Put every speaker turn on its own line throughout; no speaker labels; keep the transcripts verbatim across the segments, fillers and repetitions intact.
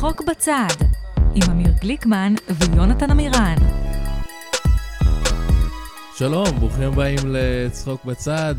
צחוק בצד, עם אמיר גליקמן ויונתן אמירן.
שלום, ברוכים הבאים לצחוק בצד.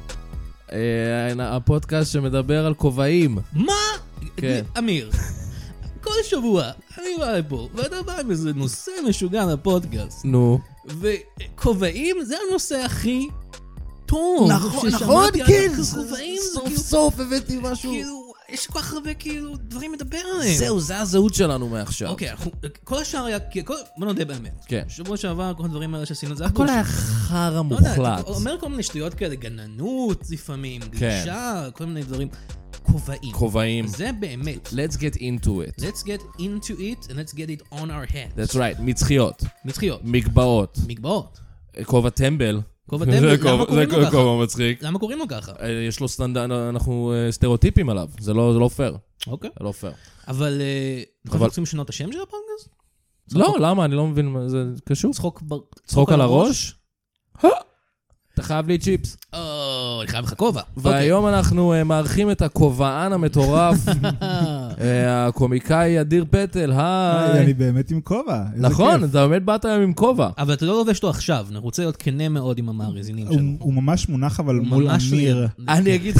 הפודקאסט שמדבר על כובעים.
מה?
כן.
אמיר, כל שבוע אני בא לפה, ואתה בא עם איזה נושא משוגע לפודקאסט.
נו.
וכובעים זה הנושא הכי טוב.
נכון, נכון, כן.
כובעים זה
סוף
כאילו...
סוף הבאתי משהו.
כאילו, יש כל כך הרבה כאילו דברים לדבר עליהם.
זהו, זה הזהות שלנו מעכשיו.
אוקיי, כל השאר היה... בוא נודה באמת.
כן.
שבוע שעבר, כל הדברים האלה שעשינו, זה
הכל היה חרא מוחלט.
אומר כל מיני שטויות כאלה, גננות לפעמים, גלישה, כל מיני דברים. כובעים.
כובעים.
זה באמת.
Let's get into it.
Let's get into it and let's get it on our heads.
That's right. מצחיות.
מצחיות.
מגבעות.
מגבעות.
כובע טמבל.
כובע טמבל, למה קוראים לו ככה?
זה כובע מצחיק.
למה קוראים לו ככה?
יש לו סטנדרט, אנחנו סטריאוטיפים עליו. זה לא פייר.
אוקיי.
זה לא פייר.
אבל אנחנו רוצים לשנות את השם של הפודקאסט?
לא, למה? אני לא מבין מה זה קשור.
צחוק
על הראש? אתה חייב לי צ'יפס.
או, אני חייב לך כובע.
והיום אנחנו מארחים את הכובען המטורף, הקומיקאי אדיר פטל, היי.
אני באמת עם כובע.
נכון, אתה באמת באת היום עם כובע.
אבל אתה לא לובש אותו עכשיו, אני רוצה להיות כנה מאוד עם המאזינים שלנו.
הוא ממש מונח אבל מול אמיר.
אני אגיד...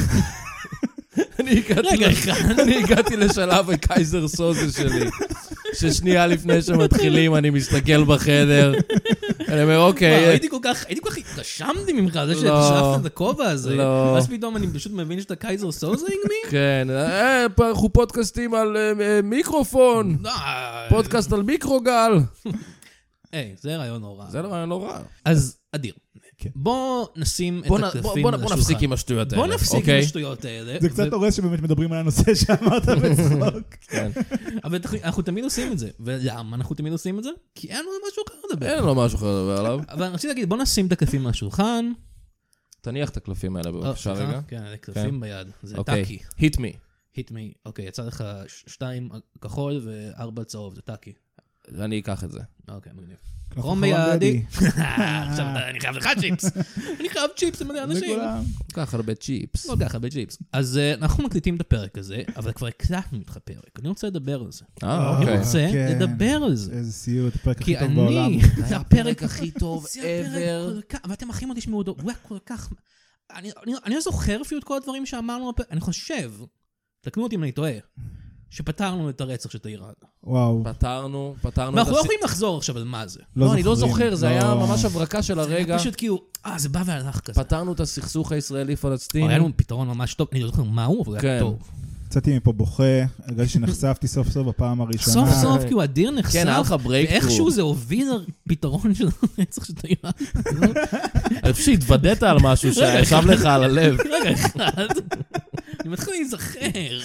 אני הגעתי לשלב הקייזר סוזה שלי, ששנייה לפני שמתחילים אני מסתכל בחדר, אני אומר אוקיי.
הייתי כל כך, הייתי כל כך התרשמתי ממך, זה ששלפת את הכובע הזה, ואז פתאום אני פשוט מבין שאתה קייזר סוזה עם מי?
כן, אנחנו פודקאסטים על מיקרופון, פודקאסט על מיקרוגל.
היי, זה רעיון לא רע.
זה רעיון לא רע.
אז אדיר. בוא נשים את הקלפים
על השולחן. בוא נפסיק עם השטויות האלה.
בוא נפסיק עם השטויות האלה.
זה קצת הורס שבאמת מדברים על הנושא שאמרת בצחוק.
אבל אנחנו תמיד עושים את זה. ולמה אנחנו תמיד עושים את זה? כי אין לנו משהו אחר לדבר.
אין לנו משהו אחר לדבר עליו.
אבל אני רוצה להגיד, בוא נשים את הקלפים על השולחן.
תניח את הקלפים האלה בבקשה רגע.
כן, הקלפים ביד. זה טאקי.
hit me.
hit me. אוקיי, יצא לך שתיים כחול וארבע צהוב. זה טאקי.
אני אקח את זה.
אוקיי, מגניב. חום בידי. עכשיו אני חייב לך צ'יפס. אני חייב צ'יפס עם מלא אנשים.
כל כך הרבה צ'יפס.
כל כך הרבה צ'יפס. אז אנחנו מקליטים את הפרק הזה, אבל כבר הקלטנו את הפרק. אני רוצה לדבר על זה. אני רוצה לדבר על זה.
איזה סיוט, הפרק הכי
כי
טוב בעולם.
אני, זה הפרק הכי טוב ever. ואתם הכי מרגיש מאוד, הוא היה כל כך... אני לא זוכר אפילו את כל הדברים שאמרנו, אני חושב, תקנו אותי אם אני טועה, שפתרנו את הרצח של תאיראן.
וואו.
פתרנו, פתרנו...
אנחנו לא יכולים לחזור עכשיו על מה זה.
לא, אני לא זוכר, זה היה ממש הברקה של הרגע.
פשוט כאילו, אה, זה בא והלך כזה.
פתרנו את הסכסוך הישראלי-פלסטיני.
היה לנו פתרון ממש טוב, אני לא זוכר מהו, אבל זה היה טוב.
יצאתי מפה בוכה, הרגע שנחשפתי סוף סוף בפעם הראשונה.
סוף סוף, כי הוא אדיר נחשף.
כן, היה לך ברייקטרו.
ואיכשהו זה הוביל לפתרון של הרצח של תאיראן.
אני חושב שהתוודעת על משהו שישב לך על הלב.
רגע, אחד. אני מתחיל להיזכר.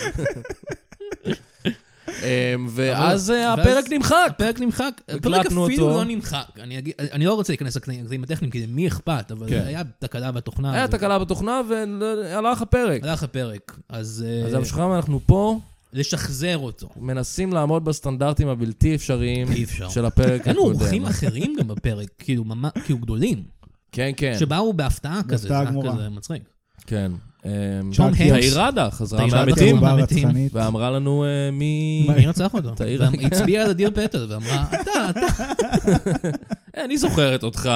ואז הפרק נמחק.
הפרק נמחק. הפרק אפילו לא נמחק. אני לא רוצה להיכנס לקטעים הטכניים, כי מי אכפת, אבל היה תקלה בתוכנה.
היה תקלה בתוכנה, והלך הפרק.
הלך הפרק. אז
המשכם אנחנו פה.
לשחזר אותו.
מנסים לעמוד בסטנדרטים הבלתי אפשריים של הפרק הקודם.
היינו אורחים אחרים גם בפרק, כאילו גדולים.
כן, כן.
שבאו בהפתעה כזה, זה היה כזה מצחיק.
כן.
תום הנקס.
תאיראדה חזרה מהמתים.
רצחנית.
ואמרה לנו מי...
מי רצח אותו?
תאיראדה.
היא הצביעה על אדיר פטל ואמרה, אתה, אתה.
אני זוכרת אותך.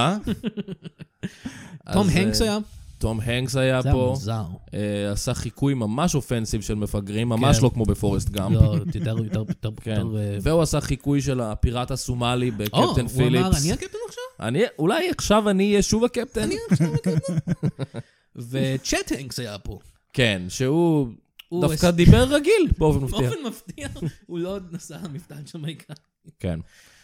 תום הנקס היה?
תום הנקס היה פה.
זה היה מוזר.
עשה חיקוי ממש אופנסיב של מפגרים, ממש לא כמו בפורסט גאמפ.
לא, יותר, יותר, יותר, יותר...
והוא עשה חיקוי של הפיראט הסומלי בקפטן פיליפס.
הוא אמר, אני הקפטן עכשיו?
אולי עכשיו אני אהיה שוב הקפטן.
אני עכשיו הקפטן. וצ'אט הנקס היה פה.
כן, שהוא דווקא דיבר רגיל באופן מפתיע.
באופן מפתיע, הוא לא נסע המפתן ג'מייקני.
כן.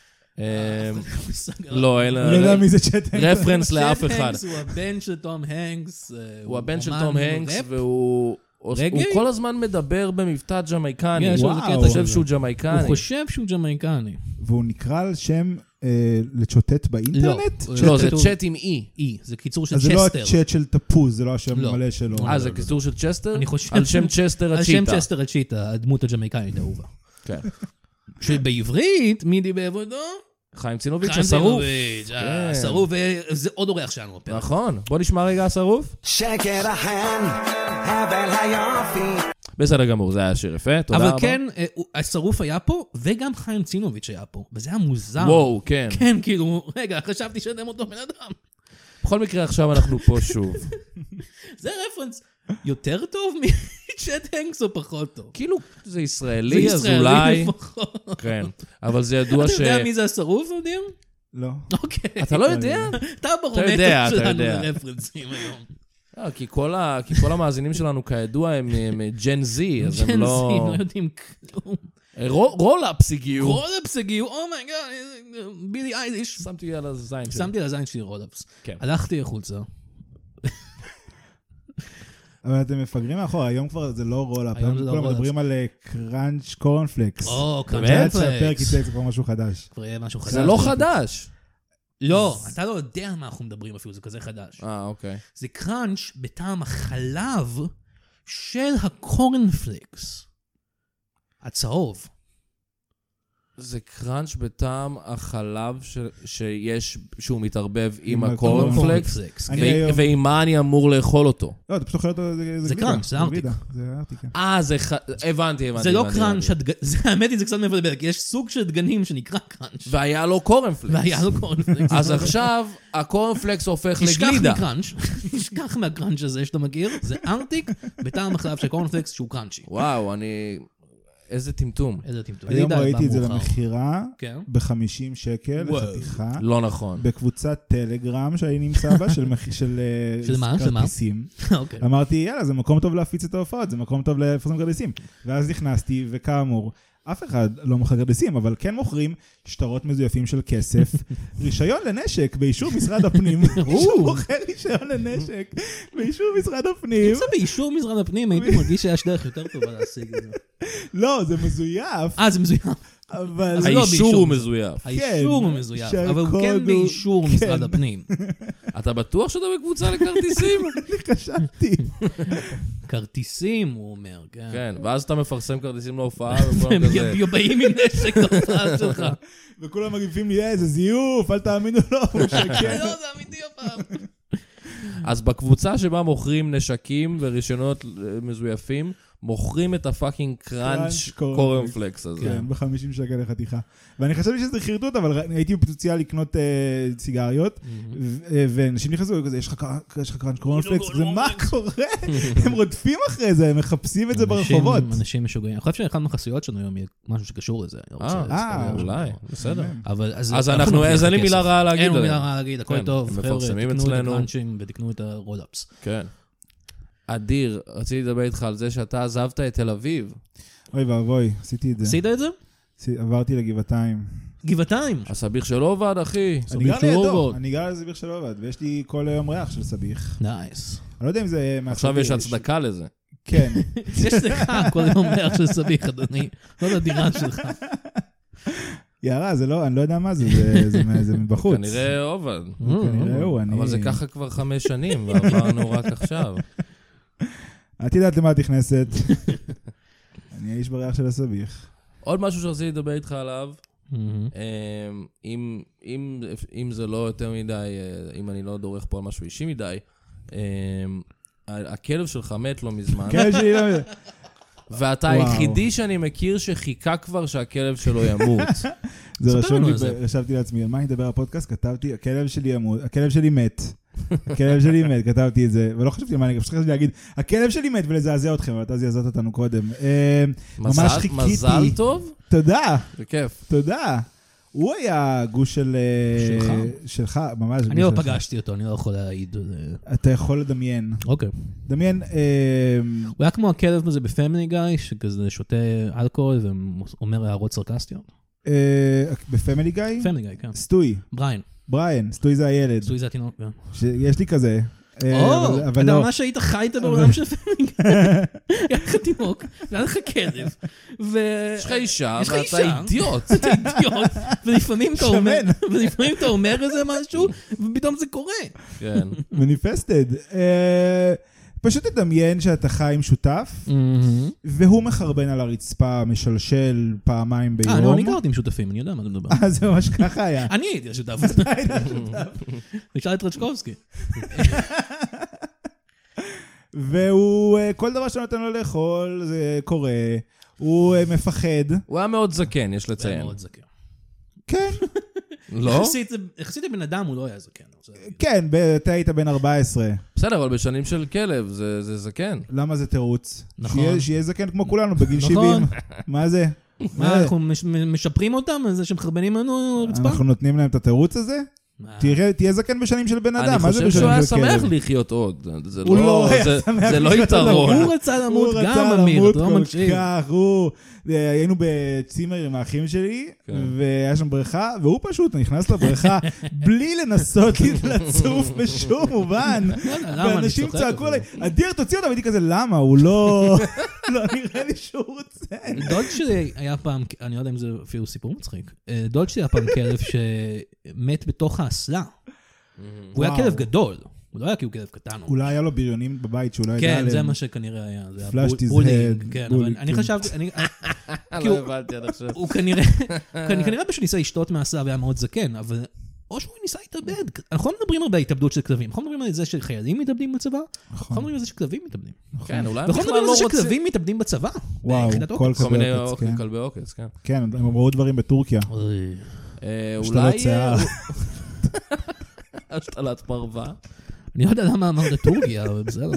לא, אני לא יודע מי זה צ'אט הנקס.
רפרנס לאף אחד.
צ'אט הנקס הוא הבן של תום הנקס.
הוא הבן של תום הנקס, והוא כל הזמן מדבר במבטא ג'מייקני. הוא חושב שהוא ג'מייקני.
הוא חושב שהוא ג'מייקני.
והוא נקרא על שם לצ'וטט באינטרנט?
לא, זה צ'אט עם אי.
אי, זה קיצור של
צ'סטר. אז זה לא הצ'אט של תפוז, זה לא השם מלא שלו.
אה, זה קיצור של צ'סטר?
אני חושב...
על שם צ'סטר הצ'יטה.
על שם צ'סטר הצ'יטה, הדמות הג'מייקנית האהובה.
כן.
שבעברית, מי דיבר אותו?
חיים צינוביץ', השרוף.
השרוף, וזה עוד אורח שלנו בפרק.
נכון. בוא נשמע רגע השרוף.
שקר החן, הבל היופי.
בסדר גמור, זה היה שיר יפה, תודה רבה.
אבל כן, השרוף היה פה, וגם חיים צינוביץ' היה פה, וזה היה מוזר.
וואו, כן.
כן, כאילו, רגע, חשבתי שאתם אותו בן אדם.
בכל מקרה, עכשיו אנחנו פה שוב.
זה רפרנס יותר טוב מצ'ט הנקס או פחות טוב?
כאילו, זה ישראלי,
זה
אז
ישראלי
אולי...
לפחות.
כן, אבל זה ידוע ש...
אתה יודע מי זה השרוף, אדיר?
לא.
אוקיי.
אתה לא יודע?
אתה ברומטר
יודע, אתה
שלנו
יודע.
לרפרנסים היום.
לא, כי כל ה- כי כל המאזינים שלנו, כידוע, הם ג'ן זי, אז הם
ג'ן
לא...
זי, לא יודעים כלום.
רולאפס הגיעו.
רולאפס הגיעו, אומייגאד, בילי אייליש.
שמתי על הזין שלי.
שמתי על הזין שלי רולאפס.
כן.
הלכתי החוצה.
אבל אתם מפגרים מאחור, היום כבר זה לא רולאפ,
היום
היום
זה לא
כולם
רולאפ.
מדברים על אה, קראנץ' קורנפלקס.
או,
עד
קראנץ'
שהפרק יצא זה כבר משהו חדש.
כבר יהיה משהו חדש.
זה לא חדש.
לא, אתה לא יודע על מה אנחנו מדברים אפילו, זה כזה חדש.
אה, אוקיי.
זה קראנץ' בטעם החלב של הקורנפלקס. הצהוב.
זה קראנץ' בטעם החלב ש- שיש, שהוא מתערבב עם
עם
הקורנפלקס,
הקורנפלקס.
אני
ו-
היום-
ועם מה אני אמור לאכול אותו.
לא, אתה פשוט אוכל אותו, זה
זה
גלידה.
קראנץ', זה ארטיק.
גלידה, זה ארטיק, כן.
אה, זה ח... הבנתי, הבנתי.
זה לא
הבנתי,
קראנץ',
הבנתי.
הדג- זה- האמת היא זה קצת מבלבל, כי יש סוג של דגנים שנקרא קראנץ'.
והיה לו קורנפלקס.
והיה לו קורנפלקס.
אז עכשיו הקורנפלקס הופך
תשכח
לגלידה.
מקראנץ', תשכח מהקראנץ' הזה שאתה מכיר, זה ארטיק בטעם החלב של קורנפלקס שהוא קראנצ'י.
וואו, אני... איזה טמטום.
איזה טמטום.
היום
גלידה
ראיתי את זה
במאוחר.
למכירה
כן.
ב-חמישים שקל
וואו.
לחתיכה.
לא נכון.
בקבוצת טלגרם שאני נמצא בה, של מחי- של אה,
של מה? של מה?
כרטיסים.
אוקיי.
אמרתי, יאללה, זה מקום טוב להפיץ את ההופעות, זה מקום טוב לפרסם כרטיסים. ואז נכנסתי, וכאמור, אף אחד לא מוכר כרטיסים, אבל כן מוכרים שטרות מזויפים של כסף, רישיון לנשק באישור משרד הפנים. מישהו מוכר רישיון לנשק באישור משרד הפנים.
אם זה באישור משרד הפנים, הייתי מרגיש שיש דרך יותר טובה להשיג את זה.
לא, זה מזויף,
אה, זה מזויף.
אבל...
אז לא
האישור
באישור
הוא
משרד-
מזויף.
האישור הוא מזויף, אבל הוא
שהקוד
כן
הוא-
באישור
כן.
משרד הפנים.
אתה בטוח שאתה בקבוצה לכרטיסים?
אני חשבתי.
כרטיסים, הוא אומר, כן.
כן, ואז אתה מפרסם כרטיסים להופעה, וכולם
הם
כזה...
י- באים עם נשק להופעה שלך.
וכולם מגיבים לי, אה, זה זיוף, אל תאמינו לו, הוא שקר.
לא, זה אמיתי הפעם.
אז בקבוצה שבה מוכרים נשקים ורישיונות מזויפים, מוכרים את הפאקינג קראנץ'
קראנץ' קורנפלקס.
קורנפלקס הזה.
כן, ב-חמישים שקל לחתיכה. ואני חשבתי שזה חרטוט, אבל ר- הייתי בפיצוצייה לקנות אה, סיגריות, ו- אה, ואנשים נכנסו, כזה, יש לך קר- יש לך קראנץ' קורנפלקס, זה מה קורה? הם רודפים אחרי זה, הם מחפשים את זה
אנשים-
ברחובות.
אנשים משוגעים. אני חושב שאחד מהחסויות שלנו היום יהיה משהו שקשור לזה. אני לא רוצה
אה,
להסתכל.
אה,
אולי, בסדר.
אבל
אז אנחנו,
נרוויח
אז אין לי
את
מילה
הכסף.
רעה להגיד
אין לנו
עליהם.
מילה רעה להגיד, הכל
כן,
טוב.
הם
חבר'ה,
מפרסמים
תקנו את
אצלנו.
הקראנצ'ים ותקנו את הרולאפס.
כן. אדיר, רציתי לדבר איתך על זה שאתה עזבת את תל אביב.
אוי ואבוי, עשיתי את זה.
עשית את זה?
עשי- עברתי לגבעתיים.
גבעתיים.
הסביך שלו עובד, אחי.
אני
סביך
גר
שהוא
לידו,
עובד.
אני גר לסביך של עובד, ויש לי כל היום ריח של סביך.
נייס.
אני לא יודע אם זה...
עכשיו
מהסביך.
יש הצדקה לזה.
כן.
יש לך כל יום ריח של סביך, אדוני. לא לדירה שלך.
יערה, זה לא, אני לא יודע מה זה, זה- זה מה- זה מבחוץ.
כנראה עובד.
כנראה הוא, אני...
אבל זה ככה כבר חמש שנים, ועברנו רק עכשיו.
את יודעת למה את נכנסת. אני האיש בריח של הסביך.
עוד משהו שרציתי לדבר איתך עליו,
מהמם.
אמ, אם, אם, אם זה לא יותר מדי, אה, אם אני לא דורך פה על משהו אישי מדי, אמ, ה- הכלב שלך מת לא מזמן,
כן, שלי לא...
ואתה
וואו.
היחידי שאני מכיר שחיכה כבר שהכלב שלו ימות.
זה
ספר
רשום
לנו
לי,
על זה.
ב- רשבתי לעצמי, על מה אני אדבר בפודקאסט? כתבתי, הכלב שלי ימות, הכלב שלי מת. הכלב שלי מת, כתבתי את זה, ולא חשבתי על מה אני, פשוט חשבתי להגיד, הכלב שלי מת ולזעזע אתכם, אבל אתה זעזעת אותנו קודם. אה, ממש
מזל-
חיכיתי.
מזל טוב?
תודה,
זה כיף.
תודה. הוא היה גוש של... אה,
שלך?
שלך, ממש.
אני
גוש
לא
שלך.
פגשתי אותו, אני לא יכול להעיד. אה,
אתה יכול לדמיין.
אוקיי.
דמיין, אה,
הוא היה כמו הכלב הזה בפמילי גאי, שכזה שותה אלכוהול ואומר הערות סרקסטיות.
אה, בפמילי גיא?
פמילי גאי, כן.
סטוי,
בריין.
בריין, סטוי זה הילד.
סטוי זה התינוק. כן.
שיש לי כזה. אה,
או,
אבל- אבל
אתה
לא.
ממש היית חי את בעולם של פמילי גאי. היה לך תינוק, והיה לך כלב, ו...
יש לך אישה,
יש לך
ואתה
אישה.
אידיוט.
אתה אידיוט, ולפעמים אתה אומר,
שמן.
ולפעמים אתה אומר איזה משהו, ופתאום זה קורה.
כן.
מניפסטד. אה, פשוט תדמיין שאתה חי עם שותף, והוא מחרבן על הרצפה, משלשל פעמיים ביום.
אה, לא, אני גרתי עם שותפים, אני יודע מה אתה מדבר.
אה, זה ממש ככה היה.
אני הייתי השותף. נשאל את רצ'קובסקי.
והוא, כל דבר שאתה נותן לו לאכול, זה קורה, הוא מפחד.
הוא היה מאוד זקן, יש לציין.
היה מאוד זקן.
כן.
לא?
יחסית לבן אדם הוא לא היה זקן.
כן, אתה היית בן ארבע עשרה.
בסדר, אבל בשנים של כלב זה זקן.
למה זה תירוץ?
נכון.
שיהיה זקן כמו כולנו בגיל שבעים. מה זה?
מה, אנחנו משפרים אותם? זה שמחרבנים לנו רצפה?
אנחנו נותנים להם את התירוץ הזה? תהיה זקן בשנים של בן אדם.
אני חושב שהוא היה שמח לחיות עוד.
הוא לא היה שמח
זה לא יתרון.
הוא רצה למות גם, אמיר, אתה לא מקשיב.
הוא, היינו בצימר עם האחים שלי, והיה שם בריכה, והוא פשוט נכנס לבריכה בלי לנסות לצוף בשום מובן. ואנשים צעקו עליי, אדיר, תוציא אותה, והייתי כזה, למה? הוא לא... לא נראה לי שהוא רוצה.
דוד שלי היה פעם, אני לא יודע אם זה אפילו סיפור מצחיק, דוד שלי היה פעם כלב שמת בתוך האסלה. הוא היה כלב גדול. הוא לא היה כי הוא כלב קטן.
אולי היה לו בריונים בבית שהוא לא ידע עליהם.
כן, זה מה שכנראה היה.
Flashed his head.
כן, אבל אני חשבתי...
לא הבנתי עד עכשיו.
הוא כנראה... כנראה בשביל ניסה לשתות מהסלה והיה מאוד זקן, אבל... או שהוא ניסה להתאבד. אנחנו לא מדברים הרבה התאבדות של כלבים. אנחנו מדברים על זה שחיילים מתאבדים בצבא. אנחנו מדברים על זה שכלבים מתאבדים.
כן, אולי
אנחנו מדברים על זה שכלבים מתאבדים בצבא.
וואו, כל
כלבי עוקץ, כן. כלבי עוקץ, כן.
כן, הם אמרו דברים בטורקיה.
אולי... השתלת פרווה.
אני לא יודע למה אמרת טורקיה, אבל בסדר.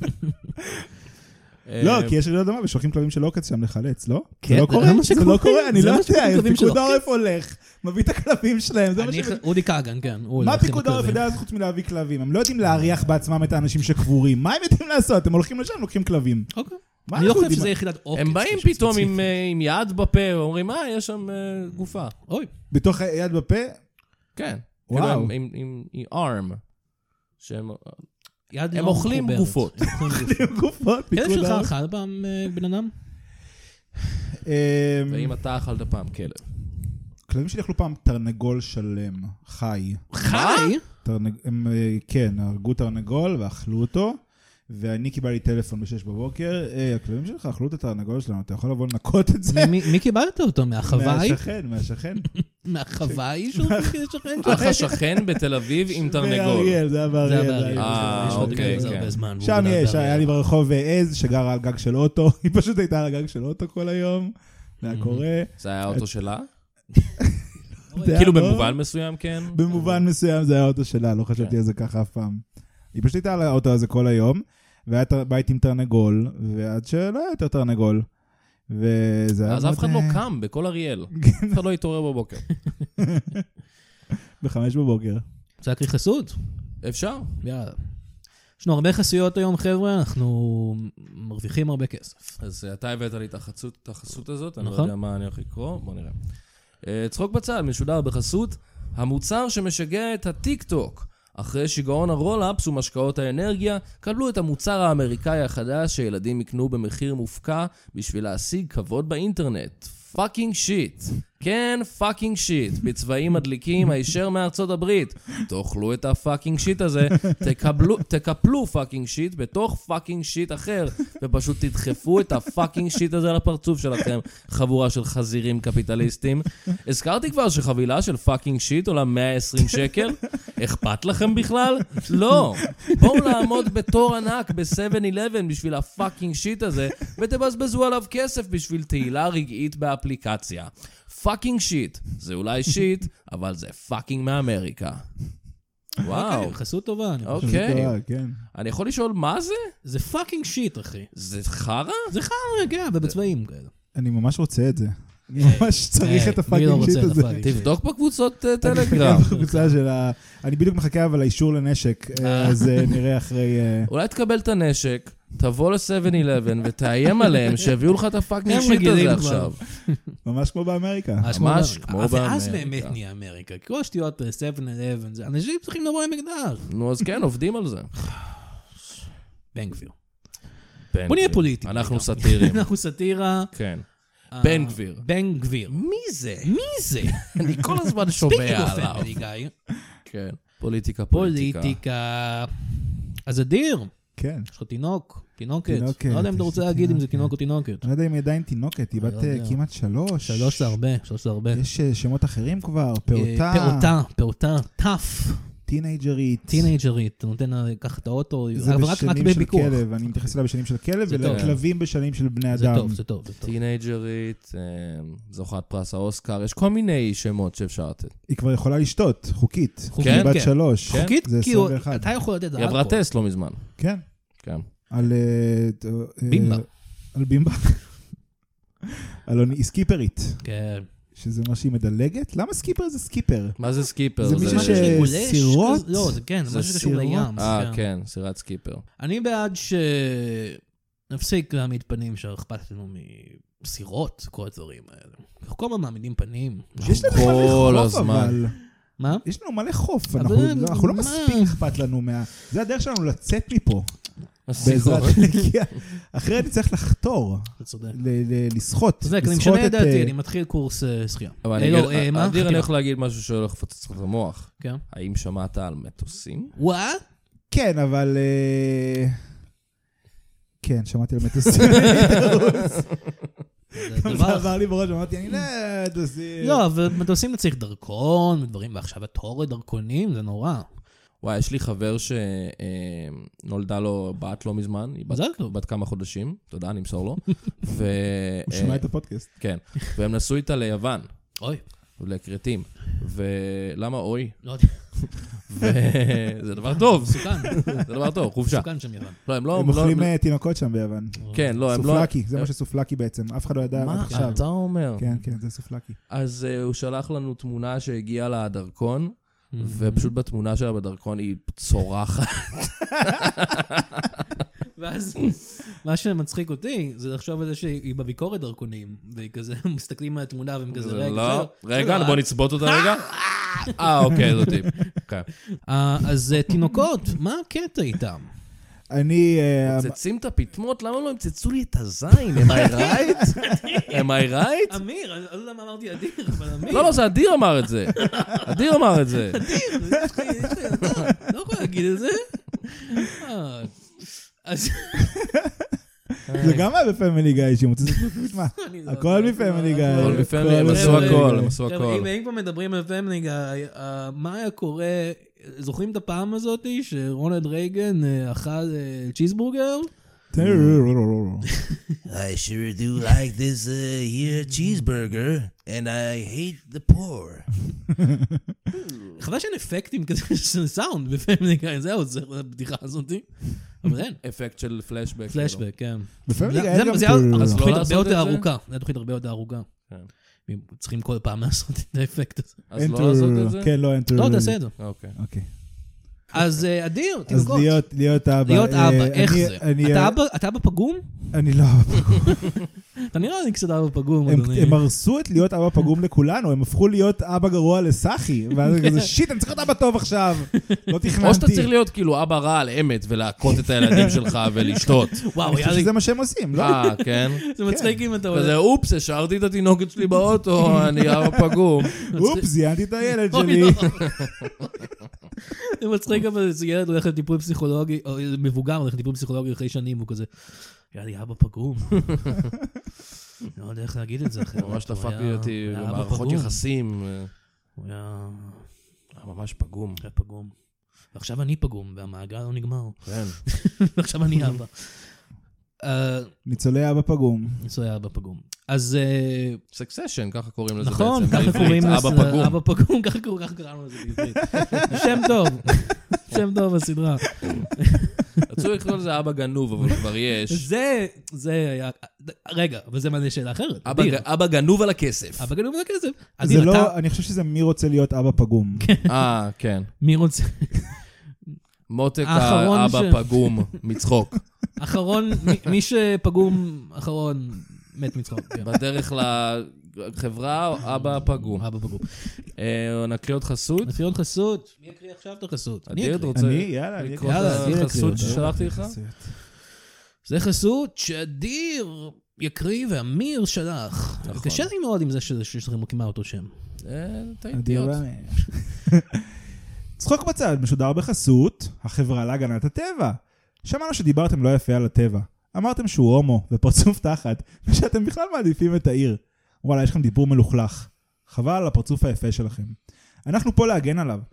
לא, כי יש רעידת אדמה ושולחים כלבים של עוקץ שם לחלץ, לא?
כן,
זה לא קורה? זה לא קורה, אני לא יודע, פיקוד העורף הולך, מביא את הכלבים שלהם.
אודי קאגן, כן.
מה פיקוד העורף יודע חוץ מלהביא כלבים? הם לא יודעים להריח בעצמם את האנשים שקבורים. מה הם יודעים לעשות? הם הולכים לשם, לוקחים כלבים.
אוקיי. אני לא חושב שזה יחידת עוקץ.
הם באים פתאום עם יד בפה, ואומרים, אה, יש שם גופה.
אוי.
בתוך יד בפה?
כן. וואו. עם ארם. שהם... הם אוכלים גופות.
אוכלים גופות.
כלב שלך אכל פעם בן אדם?
ואם אתה אכלת פעם כלב.
כלבים שלי אכלו פעם תרנגול שלם, חי.
חי?
הם, כן, הרגו תרנגול ואכלו אותו, ואני קיבלתי טלפון בשש בבוקר, הכלבים שלך אכלו את התרנגול שלנו, אתה יכול לבוא לנקות את זה?
מי קיבלת אותו? מהחוואי?
מהשכן, מהשכן.
מהחוואי שהוא השכן?
אח השכן בתל אביב עם תרנגול.
באריאל, זה היה באריאל.
אה, אוקיי, כן.
שם יש, היה לי ברחוב עז שגרה על גג של אוטו, היא פשוט הייתה על הגג של אוטו כל היום, זה היה קורה.
זה היה האוטו שלה? כאילו במובן מסוים, כן?
במובן מסוים זה היה האוטו שלה, לא חשבתי על זה ככה אף פעם. היא פשוט הייתה על האוטו הזה כל היום, והיה בית עם תרנגול, ועד שלא היה יותר תרנגול.
אז אף אחד לא קם בכל אריאל. אף אחד לא התעורר בבוקר.
בחמש בבוקר.
רוצה להקריא חסות?
אפשר.
יאללה. יש לנו הרבה חסויות היום, חבר'ה, אנחנו מרוויחים הרבה כסף.
אז אתה הבאת לי את החסות הזאת, אני לא יודע מה אני הולך לקרוא, בוא נראה. צחוק בצד, משודר בחסות, המוצר שמשגע את הטיק טוק. אחרי שיגעון הרולאפס ומשקעות האנרגיה, קבלו את המוצר האמריקאי החדש שילדים יקנו במחיר מופקע בשביל להשיג כבוד באינטרנט. פאקינג שיט. כן, פאקינג שיט. בצבעים מדליקים הישר מארצות הברית. תאכלו את הפאקינג שיט הזה, תקבלו, תקפלו פאקינג שיט בתוך פאקינג שיט אחר, ופשוט תדחפו את הפאקינג שיט הזה לפרצוף שלכם, חבורה של חזירים קפיטליסטים. הזכרתי כבר שחבילה של פאקינג שיט עולה מאה ועשרים שקל? אכפת לכם בכלל? לא. בואו לעמוד בתור ענק ב-שבע אלף בשביל הפאקינג שיט הזה, ותבזבזו עליו כסף בשביל תהילה רגעית באפליקציה. פאקינג שיט. זה אולי שיט, אבל זה פאקינג מאמריקה. וואו.
חסות טובה.
אוקיי. אני יכול לשאול מה זה?
זה פאקינג שיט, אחי.
זה חרה?
זה חרה, כן, ובצבעים כאלה.
אני ממש רוצה את זה. אני ממש צריך את הפאקינג שיט הזה.
תבדוק בקבוצות טלגרם.
אני בדיוק מחכה אבל לאישור לנשק, אז נראה אחרי...
אולי תקבל את הנשק, תבוא ל-שבע אלף ותאיים עליהם שהביאו לך את הפאקינג שיט הזה עכשיו.
ממש כמו באמריקה.
ממש כמו באמריקה.
ואז באמת נהיה אמריקה. כל השטויות שבע אלף, אנשים צריכים לבוא עם מקדש.
נו, אז כן, עובדים על זה.
בן גביר. בוא נהיה פוליטי.
אנחנו סאטירים.
אנחנו סאטירה.
כן. בן גביר.
בן גביר.
מי זה?
מי זה?
אני כל הזמן שומע עליו. כן. פוליטיקה, פוליטיקה.
פוליטיקה. אז אדיר.
כן.
יש לך תינוק, תינוקת. לא יודע אם אתה רוצה להגיד אם זה תינוק או תינוקת.
אני לא יודע אם היא עדיין תינוקת, היא בת כמעט שלוש.
שלוש זה הרבה, שלוש זה הרבה.
יש שמות אחרים כבר, פעוטה.
פעוטה, פעוטה, טף.
טינג'רית.
טינג'רית, אתה נותן לה ככה את האוטו,
זה
אבל רק
בשנים של
בביקור.
כלב, אני מתייחס אליה בשנים של כלב,
זה טוב.
ולכלבים בשנים של בני
זה
אדם.
טוב, זה טוב, זה טוב.
טינג'רית, זוכת פרס האוסקר, יש כל מיני שמות שאפשר לתת.
היא כבר יכולה לשתות, חוקית.
חוקית,
היא בת
כן.
שלוש.
חוקית,
זה
כאילו,
עשרים ואחת.
אתה יכול לתת
היא עברה
אלכוהול.
טסט לא מזמן.
כן.
כן.
על... אה, אה,
בימבה.
על בימבה. על סקיפרית.
כן.
שזה מה שהיא מדלגת? למה סקיפר זה סקיפר?
מה זה סקיפר?
זה מישהו ש-
שגולש
סירות?
כזה- לא, זה כן,
זה
משהו שקשור
סירות?
לים.
אה, כן, סירת סקיפר.
אני בעד שנפסיק להעמיד פנים שאכפת לנו מסירות, כל הדברים האלה. אנחנו כל הזמן מעמידים פנים.
יש לנו
כל
מלא חוף,
הזמן.
אבל...
מה?
יש לנו מלא חוף,
אבל
אנחנו אנחנו לא
מה?
מספיק אכפת לנו מה... זה הדרך שלנו לצאת מפה.
הסירות.
בעזרת נגיע. אחרת נצטרך לחתור,
אתה צודק.
ל- ל- לשחות.
אתה צודק, אני
לשחות
משנה את
אה,
דעתי, אני מתחיל קורס אה, שחייה.
אבל
אה,
אני
לא,
אגיד-
אה, מה?
אדיר, אני
חתירה.
הולך להגיד משהו שהולך לפוצץ לך את המוח.
כן.
האם שמעת על מטוסים?
וואט?
כן, אבל... אה, כן, שמעתי על מטוסים.
זה
זה
דבר-
עבר לי בראש, אמרתי, אני לא מטוסים.
לא, אבל מטוסים צריך דרכון ודברים, ועכשיו התור לדרכונים, זה נורא.
וואי, יש לי חבר שנולדה לו בת לא מזמן, היא בת-
מזל טוב.
בת כמה חודשים, תודה, נמסור לו. ו...
הוא שומע את הפודקאסט.
כן, והם נסעו איתה ליוון,
אוי,
לכרתים. ולמה אוי?
לא יודע,
וזה דבר טוב,
מסוכן,
זה דבר טוב, חופשה.
מסוכן שם יוון.
לא, הם לא...
הם
לא-
אוכלים אה, תינוקות שם ביוון.
כן, לא, הם לא...
סופלקי, זה מה שסופלקי בעצם. אף אחד לא ידע עד
מה
עכשיו.
אתה אומר?
כן, כן, זה סופלקי.
אז uh, הוא שלח לנו תמונה שהגיעה לה הדרכון, ופשוט בתמונה שלה בדרכון היא צורחת.
ואז, מה שמצחיק אותי, זה לחשוב על זה שהיא בביקורת דרכונים, והיא כזה, מסתכלים מהתמונה והם כזה, רגע,
לא,
בסדר,
רגע,
בסדר,
בוא נצבות אותה רגע. אה, אוקיי, זאתי. אוקיי.
אה, אז אה, תינוקות, מה הקטע איתם?
אני... אה,
מצצים את הפטמות, למה לא המצצו לי את הזין? am I right? am I right?
אמיר, אני לא יודע מה אמרתי אדיר, אבל אמיר.
לא, לא, זה אדיר אמר את זה. אדיר אמר את זה.
אדיר, יש לך יש לך ילדה, לא יכול להגיד את זה. אה, אז
זה גם היה בפמילי גיא, שמוצאים את מה?
אני לא
הכל
יודע.
מפמילי גיא.
הכל מפמילי, הם
הכל
עשו
מפמילי
הכל,
גיא.
הם עשו
חבר'ה,
הכל.
אם אם כבר מדברים על פמילי גיא, אה, מה היה קורה, זוכרים את הפעם הזאת שרונלד רייגן אה, אכל אה, צ'יזבורגר?
I sure do like this uh, here cheeseburger, and I hate the poor.
חבל שאין אפקטים כזה של סאונד בפמילי גיא, זה עוזר לבדיחה הזאת. אבל אין.
אפקט של פלשבק.
פלשבק, כן.
בפמילי גיא
זה-
גם...
זה היה
אז לא
תוכנית
לעשות
הרבה
את
יותר
זה?
ארוכה. זו תוכנית הרבה יותר ארוכה.
כן.
הם צריכים כל פעם לעשות את האפקט הזה.
אז לא לעשות את זה?
כן, לא, אנטר...
לא, תעשה את זה.
אוקיי.
אוקיי.
אז אה, אדיר,
אז
תינוקות.
להיות להיות אבא.
להיות
אה,
אבא, איך
אני-
זה?
אני-
אתה אבא- אתה אבא פגום?
אני לא...
אתה נראה לי קצת אבא פגום,
הם-
אדוני.
הם הרסו את להיות אבא פגום לכולנו, הם הפכו להיות אבא גרוע לסחי, ואז אני כזה, שיט, אני צריך להיות אבא טוב עכשיו. לא תכננתי.
או שאתה צריך להיות כאילו אבא רע על אמת ולהכות את הילדים שלך ולשתות.
וואו,
אני
היה
חושב
לי...
שזה מה שהם עושים, לא?
אה, כן?
זה מצחיק אם אתה...
כזה, אופס, השארתי את התינוקת שלי באוטו, אני אבא פגום.
אופס, זיינתי את הילד
אוי,
שלי.
לא. זה מצחיק אבל זה ילד הולך לטיפול פסיכולוגי, או מבוגר הולך לטיפול פסיכולוגי אחרי שנים, הוא כזה, היה לי אבא פגום. לא יודע איך להגיד את זה אחרת.
ממש
הוא
דפק
היה-
לי אותי
הוא היה אבא
במערכות
פגום.
יחסים.
הוא היה
היה ממש פגום.
היה פגום. ועכשיו אני פגום, והמעגל לא נגמר.
כן.
ועכשיו אני אבא. אה,
ניצולי אבא פגום.
ניסוי אבא פגום. אז אה,
סקסשן, ככה קוראים לזה בעצם.
נכון, ככה
בעברית,
קוראים לזה.
אבא פגום.
אבא פגום, ככה קוראים ככה קראנו לזה בעברית. שם טוב. שם טוב בסדרה.
רצו לקרוא לזה אבא גנוב, אבל כבר יש.
זה, זה היה... רגע, אבל זה מעלה שאלה אחרת.
אבא
אדיר.
ג- אבא גנוב על הכסף.
אבא גנוב לכסף.
זה
אדיר, אתה...
לא, אני חושב שזה מי רוצה להיות אבא פגום.
אה, כן.
מי רוצה...
מותק
האחרון
האבא
ש-
פגום מצחוק.
אחרון, מי- מי שפגום אחרון מת מצחוק. כן.
בדרך לחברה, אבא פגום.
אבא פגום.
אה, נקריא עוד חסות?
נקריא עוד חסות. מי יקריא עכשיו את החסות? אני
אדיר,
אקריא.
אתה רוצה
אני, יאללה, אני
לקרוא
יאללה,
את
אדיר יקריא
החסות
אותה.
ששלחתי לך?
זה חסות שאדיר יקריא ואמיר שלח.
נכון.
קשה לי מאוד עם זה ש- שיש לכם כמעט אותו שם.
אה, טעיתי
אדיר
עוד.
רמי. צחוק בצד, משודר בחסות, החברה להגנת הטבע. שמענו שדיברתם לא יפה על הטבע. אמרתם שהוא הומו ופרצוף תחת, ושאתם בכלל מעדיפים את העיר. וואלה, יש לכם דיבור מלוכלך. חבל על הפרצוף היפה שלכם. אנחנו פה להגן עליו.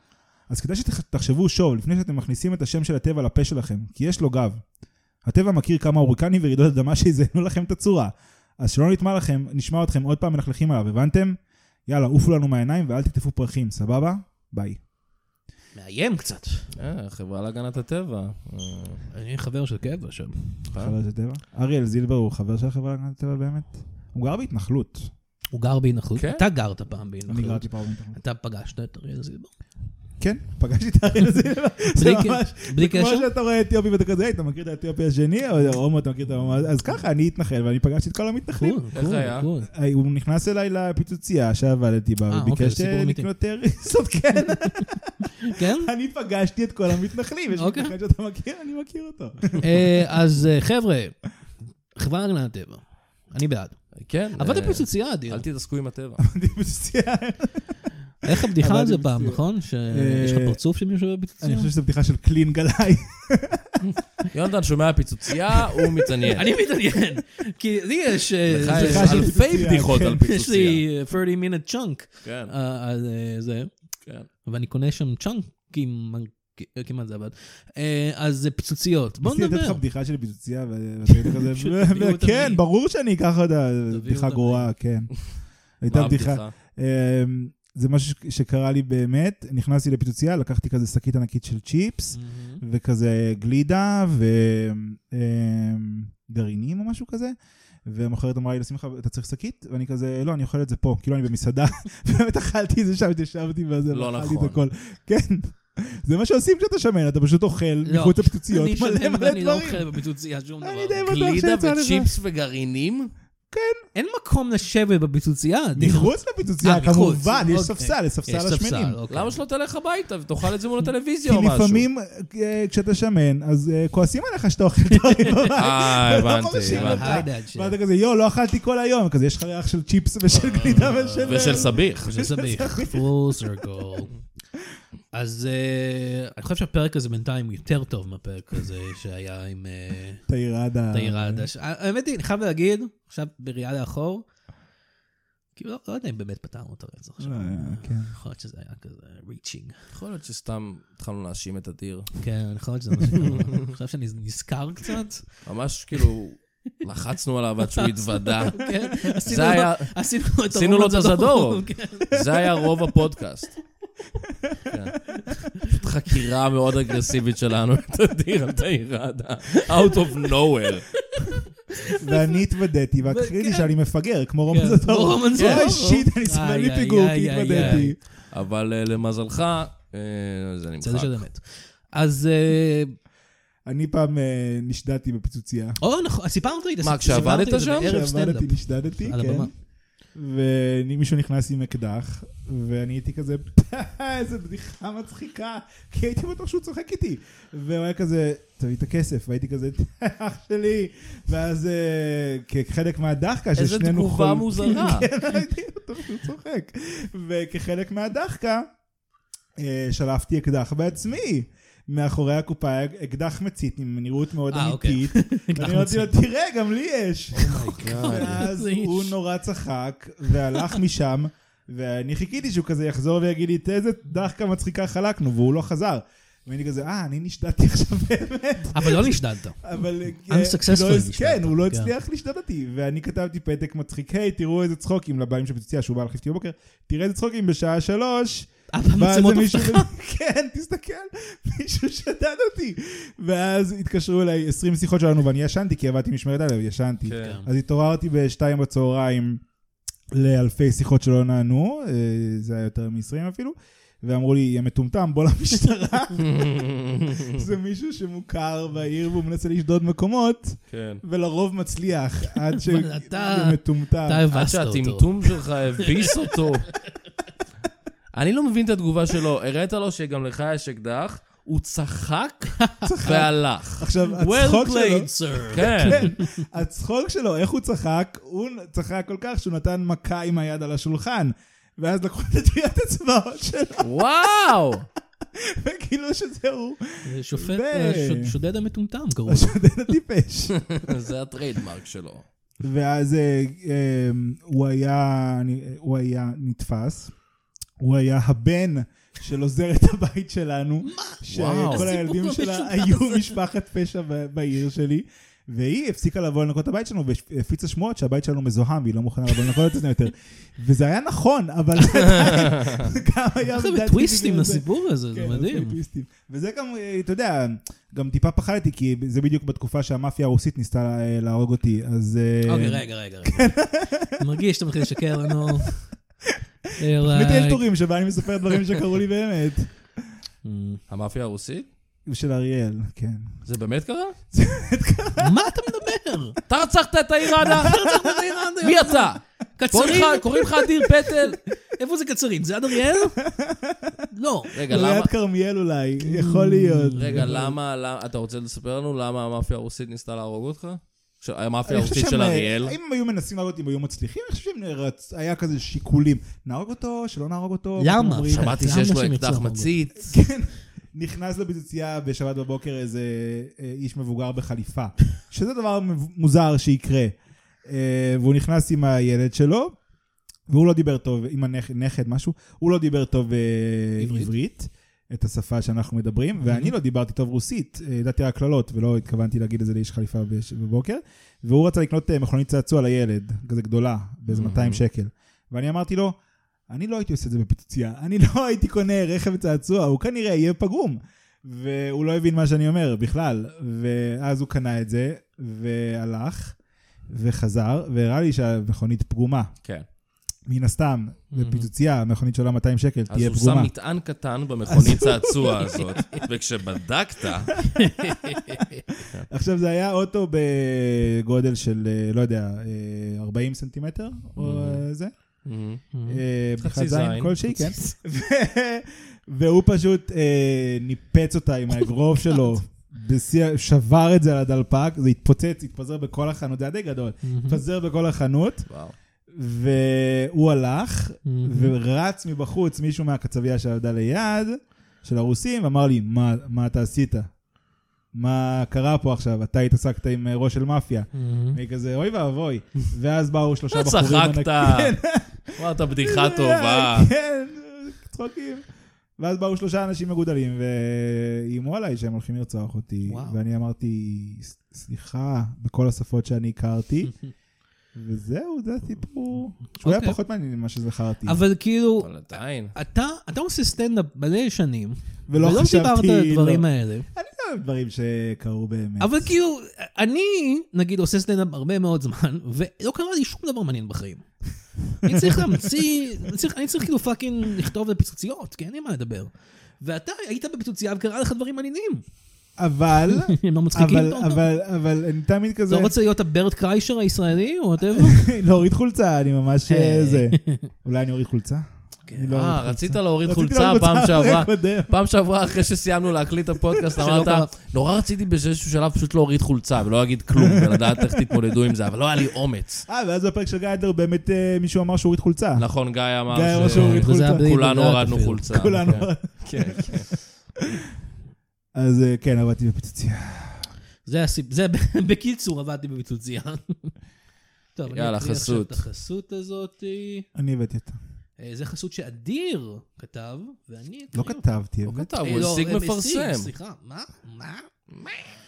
אז כדאי שתחשבו שוב, לפני שאתם מכניסים את השם של הטבע לפה שלכם, כי יש לו גב. הטבע מכיר כמה הוריקנים ורעידות אדמה שיזיינו לכם את הצורה. אז שלא נטמע לכם, נשמע אתכם עוד פעם מלכלכים עליו, הבנתם? יאללה, עופו לנו מהעיניים ואל תקטפו פרחים, סבבה? ביי.
מאיים קצת.
אה, חברה להגנת הטבע.
אני חבר של קבע שם.
חבר של טבע? אריאל זילבר הוא חבר של חברה להגנת הטבע באמת? הוא גר בהתנחלות.
הוא גר בהתנחלות.
כן?
אתה גרת פעם בהתנחלות.
אני גרתי פעם בהתנחלות.
אתה פגשת את אריאל זילבר?
כן, פגשתי את אריאל זילבר. זה ממש,
בלי קשר?
כמו שאתה רואה אתיופי ואתה כזה, אתה מכיר את האתיופי השני, או הומו, אתה מכיר את ההומו, אז ככה, אני התנחל, ואני פגשתי את כל המתנחלים.
איך היה?
הוא נכנס אליי לפיצוצייה שעבדתי בה, וביקש לקנות ריסות, כן.
כן?
אני פגשתי את כל המתנחלים, יש מתנחל שאתה מכיר, אני מכיר אותו.
אז חבר'ה, חברה להגנת הטבע, אני בעד.
כן.
אבל אתה פיצוצייה, אדיר.
אל תתעסקו עם הטבע.
פיצוצייה.
איך הבדיחה על זה פעם, נכון? שיש לך פרצוף של מישהו בפיצוצייה?
אני חושב שזו בדיחה של קלין גלאי.
יונתן שומע פיצוצייה, הוא מתעניין.
אני מתעניין, כי לי יש...
לך יש אלפי בדיחות על פיצוצייה.
יש לי שלושים minute chunk.
כן.
אז זה.
כן.
ואני קונה שם צ'אנקים, כמעט זה עבד. אז פיצוציות. בוא
ניסיתי
נדבר.
לתת לך בדיחה של פיצוצייה, ואתה כזה, כן, ברור שאני אקח אותה, בדיחה גרועה, כן. הייתה בדיחה. זה משהו שקרה לי באמת, נכנסתי לפיצוצייה, לקחתי כזה שקית ענקית של צ'יפס, וכזה גלידה, וגרעינים או משהו כזה, והמחרת אמרה לי, לשים לך, אתה צריך שקית? ואני כזה, לא, אני אוכל את זה פה, כאילו אני במסעדה, ובאמת אכלתי את זה שם, התיישבתי וזה,
לא נכון.
כן, זה מה שעושים כשאתה שמן, אתה פשוט אוכל מחוץ לפיצוציות, מלא מלא דברים.
אני לא אוכל בפיצוצייה שום דבר.
גלידה וצ'יפס וגרעינים?
כן.
אין מקום לשבת בפיצוצייה.
מחוץ לפיצוצייה, כמובן, יש ספסל, יש ספסל השמנים.
למה שלא תלך הביתה ותאכל את זה מול הטלוויזיה או משהו?
כי לפעמים כשאתה שמן, אז כועסים עליך שאתה אוכל דברים בבית.
אה, הבנתי, הבנתי.
ואתה כזה, יו, לא אכלתי כל היום, כזה יש לך ריח של צ'יפס ושל גלידה ושל...
ושל סביח.
ושל סביח, full circle. אז אני חושב שהפרק הזה בינתיים הוא יותר טוב מהפרק הזה שהיה עם...
תאירדה.
תאירדה. האמת היא, אני חייב להגיד, עכשיו בראייה לאחור, כאילו לא יודע אם באמת פתרנו את הרצח עכשיו. יכול להיות שזה היה כזה reaching.
יכול להיות שסתם התחלנו להאשים את הדיר.
כן, יכול להיות שזה מה שקרה. אני חושב שאני נזכר קצת.
ממש כאילו... לחצנו עליו עד שהוא התוודע.
עשינו
לו את הזדור. זה היה רוב הפודקאסט. פשוט חקירה מאוד אגרסיבית שלנו, תדיר על תאירדה. Out of nowhere.
ואני התוודעתי, והקריתי שאני מפגר, כמו רומן זדור.
רומן זדור.
אוי, שיט, אני סבל לי פיגור, כי התוודעתי.
אבל למזלך, זה נמחק.
זה באמת. אז...
אני פעם נשדדתי בפיצוצייה.
או, נכון, סיפרת לי.
מה, כשעבדת שם?
כשעבדתי, נשדדתי, כן. ומישהו נכנס עם אקדח, ואני הייתי כזה, איזה בדיחה מצחיקה, כי הייתי בטוח שהוא צוחק איתי. והוא היה כזה, תביא את הכסף, והייתי כזה, אח שלי, ואז כחלק מהדחקה,
איזה תגובה מוזרה.
כן, הייתי בטוח שהוא צוחק. וכחלק מהדחקה, שלפתי אקדח בעצמי. מאחורי הקופה היה אקדח מצית עם נראות מאוד אמיתית. ואני אמרתי לו, תראה, גם לי יש. ואז הוא נורא צחק, והלך משם, ואני חיכיתי שהוא כזה יחזור ויגיד לי, איזה דחקה מצחיקה חלקנו, והוא לא חזר. ואני כזה, אה, אני נשדדתי עכשיו באמת.
אבל לא נשדדת.
אבל...
unsuccessful.
כן, הוא לא הצליח לשדד אותי. ואני כתבתי פתק מצחיק, היי, תראו איזה צחוקים לבאים של פיצוצייה, שהוא בא להחליף אותי בבוקר, תראה איזה צחוקים בשעה שלוש,
מצלמות הבטחה.
כן, תסתכל, מישהו שדד אותי. ואז התקשרו אליי עשרים שיחות שלנו, ואני ישנתי, כי עבדתי משמרת עליו, ישנתי. אז התעוררתי בשתיים בצהריים לאלפי שיחות שלא נענו, זה היה יותר מ-עשרים אפילו, ואמרו לי, יהיה מטומטם, בוא למשטרה. זה מישהו שמוכר בעיר, והוא מנסה לשדוד מקומות, ולרוב מצליח, עד שזה מטומטם.
עד שהטמטום שלך הביס אותו. אני לא מבין את התגובה שלו, הראית לו שגם לך יש אקדח, הוא צחק והלך.
עכשיו, הצחוק שלו, כן, הצחוק שלו, איך הוא צחק? הוא צחק כל כך שהוא נתן מכה עם היד על השולחן, ואז לקחו את הטביעת אצבעות שלו.
וואו!
וכאילו שזהו.
שופט, שודד המטומטם, קראו.
השודד הטיפש.
זה הטריידמרק שלו.
ואז הוא היה נתפס. הוא היה הבן של עוזרת הבית שלנו, שכל הילדים שלה היו משפחת פשע בעיר שלי, והיא הפסיקה לבוא לנקות את הבית שלנו, והפיצה שמועות שהבית שלנו מזוהם, והיא לא מוכנה לבוא לנקות את זה יותר. וזה היה נכון, אבל זה גם היה...
זה בטוויסטים לסיפור הזה, זה מדהים.
וזה גם, אתה יודע, גם טיפה פחדתי, כי זה בדיוק בתקופה שהמאפיה הרוסית ניסתה להרוג אותי, אז...
אוקיי, רגע, רגע, רגע. אני מרגיש שאתה מתחיל לשקר לנו.
מתאל תורים שבה אני מספר דברים שקרו לי באמת.
המאפיה הרוסית?
של אריאל, כן.
זה באמת קרה?
זה באמת קרה.
מה אתה מדבר?
אתה רצחת את האיראנה?
אתה רצחת את האיראנה?
מי אתה?
קצרין?
קוראים לך אדיר פטל?
איפה זה קצרין? זה עד אריאל? לא.
רגע, למה...
ליד כרמיאל אולי, יכול להיות.
רגע, למה... אתה רוצה לספר לנו למה המאפיה הרוסית ניסתה להרוג אותך? המאפיה הרוסית של אריאל?
אם הם היו מנסים להרוג אותי, הם היו מצליחים, אני חושב שהיה כזה שיקולים. נהרוג אותו, שלא נהרוג אותו.
למה?
שמעתי שיש לו אקדח מצית.
כן. נכנס לפיצוצייה בשבת בבוקר איזה איש מבוגר בחליפה, שזה דבר מוזר שיקרה. והוא נכנס עם הילד שלו, והוא לא דיבר טוב, עם הנכד משהו, הוא לא דיבר טוב עברית, את השפה שאנחנו מדברים, ואני לא דיברתי טוב רוסית, ידעתי רק כללות, ולא התכוונתי להגיד את זה לאיש חליפה בבוקר, והוא רצה לקנות מכונית צעצוע לילד, כזה גדולה, באיזה מאתיים שקל. ואני אמרתי לו, אני לא הייתי עושה את זה בפיצוצייה, אני לא הייתי קונה רכב צעצוע, הוא כנראה יהיה פגום, והוא לא הבין מה שאני אומר בכלל, ואז הוא קנה את זה, והלך, וחזר, והראה לי שהמכונית פגומה.
כן.
מן הסתם, בפיצוצייה, המכונית שעולה מאתיים שקל, תהיה פגומה.
אז הוא שם מטען קטן במכונית צעצוע הזאת, וכשבדקת...
עכשיו, זה היה אוטו בגודל של, לא יודע, ארבעים סנטימטר, או זה? בדיחת זין כלשהי, כן. והוא פשוט ניפץ אותה עם האגרוף שלו, שבר את זה על הדלפק, זה התפוצץ, התפזר בכל החנות, זה היה די גדול, התפזר בכל החנות, והוא הלך, ורץ מבחוץ מישהו מהקצבייה שעבדה ליד, של הרוסים, ואמר לי, מה אתה עשית? מה קרה פה עכשיו? אתה התעסקת עם ראש של מאפיה. וכזה, אוי ואבוי. ואז באו שלושה בחורים.
צחקת. אמרת בדיחה טובה.
כן, צחוקים. ואז באו שלושה אנשים מגודלים, ואיימו עליי שהם הולכים לרצוח אותי. ואני אמרתי, סליחה, בכל השפות שאני הכרתי. וזהו, זה הסיפור. שהוא היה פחות מעניין ממה שזכרתי.
אבל כאילו,
עדיין.
אתה עושה סטנדאפ מלא שנים,
ולא
ולא דיברת על הדברים האלה.
אני לא אוהב דברים שקרו באמת.
אבל כאילו, אני, נגיד, עושה סטנדאפ הרבה מאוד זמן, ולא קרה לי שום דבר מעניין בחיים. אני צריך להמציא, אני צריך כאילו פאקינג לכתוב לפיצוציות, כי אין לי מה לדבר. ואתה היית בפיצוצייה וקרא לך דברים מעניינים.
אבל,
הם לא מצחיקים
אבל,
טוב.
אבל, אבל, אני תמיד כזה...
אתה רוצה להיות הברט קריישר הישראלי, או אתה
להוריד חולצה, אני ממש זה. אולי אני אוריד חולצה?
אה, רצית להוריד חולצה פעם שעברה. פעם שעברה אחרי שסיימנו להקליט את הפודקאסט, אמרת, נורא רציתי באיזשהו שלב פשוט להוריד חולצה, ולא להגיד כלום, ולדעת איך תתמודדו עם זה, אבל לא היה לי אומץ.
אה, ואז בפרק של גיא אדר באמת מישהו אמר שהוא הוריד חולצה.
נכון, גיא אמר
שהוריד חולצה.
כולנו הורדנו חולצה.
כולנו.
כן, כן.
אז כן, עבדתי בפיצוצייה.
זה בקיצור עבדתי בפיצוצייה. טוב,
יאללה, חסות.
את החסות הזאת.
אני הבאתי אותה.
זה חסות שאדיר כתב, ואני...
לא כתבתי.
לא כתב, הוא השיג מפרסם.
סליחה, מה? מה? מה?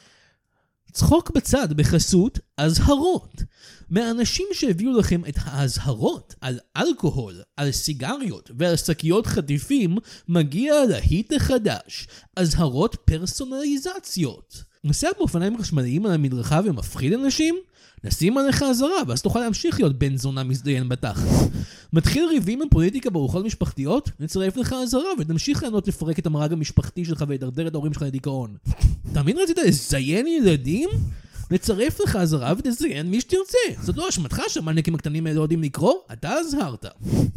צחוק בצד בחסות הזהרות. מהאנשים שהביאו לכם את ההזהרות על אלכוהול, על סיגריות ועל שקיות חטיפים, מגיע להיט החדש, הזהרות פרסונליזציות. נוסע באופניים חשמליים על המדרכה ומפחיד אנשים? נשים עליך הזרה, ואז תוכל להמשיך להיות בן זונה מזדיין בתחת. מתחיל ריבים עם פוליטיקה בארוחות משפחתיות? נצרף לך הזרה ותמשיך לענות לפרק את המרג המשפחתי שלך וידרדר את ההורים שלך לדיכאון. תמיד רצית לזיין ילדים? נצרף לך הזרה ותזיין מי שתרצה. זאת לא אשמתך שהמניאקים הקטנים האלה לא יודעים לקרוא, אתה הזהרת.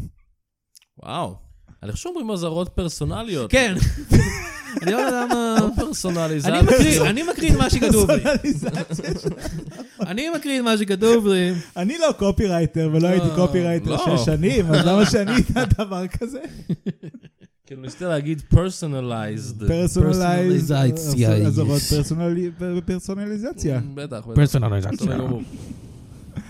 וואו, אני חושב שאומרים הזהרות פרסונליות.
כן. אני לא יודע למה...
לא פרסונליזציה.
אני מקריא את מה שכתוב לי. אני מקריא את מה שכתוב לי.
אני לא קופירייטר, ולא הייתי קופירייטר שש שנים, אז למה שאני אתן דבר כזה?
כאילו ניסית להגיד personalized.
פרסונליזציה.
הזהרות פרסונליזציה.
בטח, בטח.
פרסונליזציה.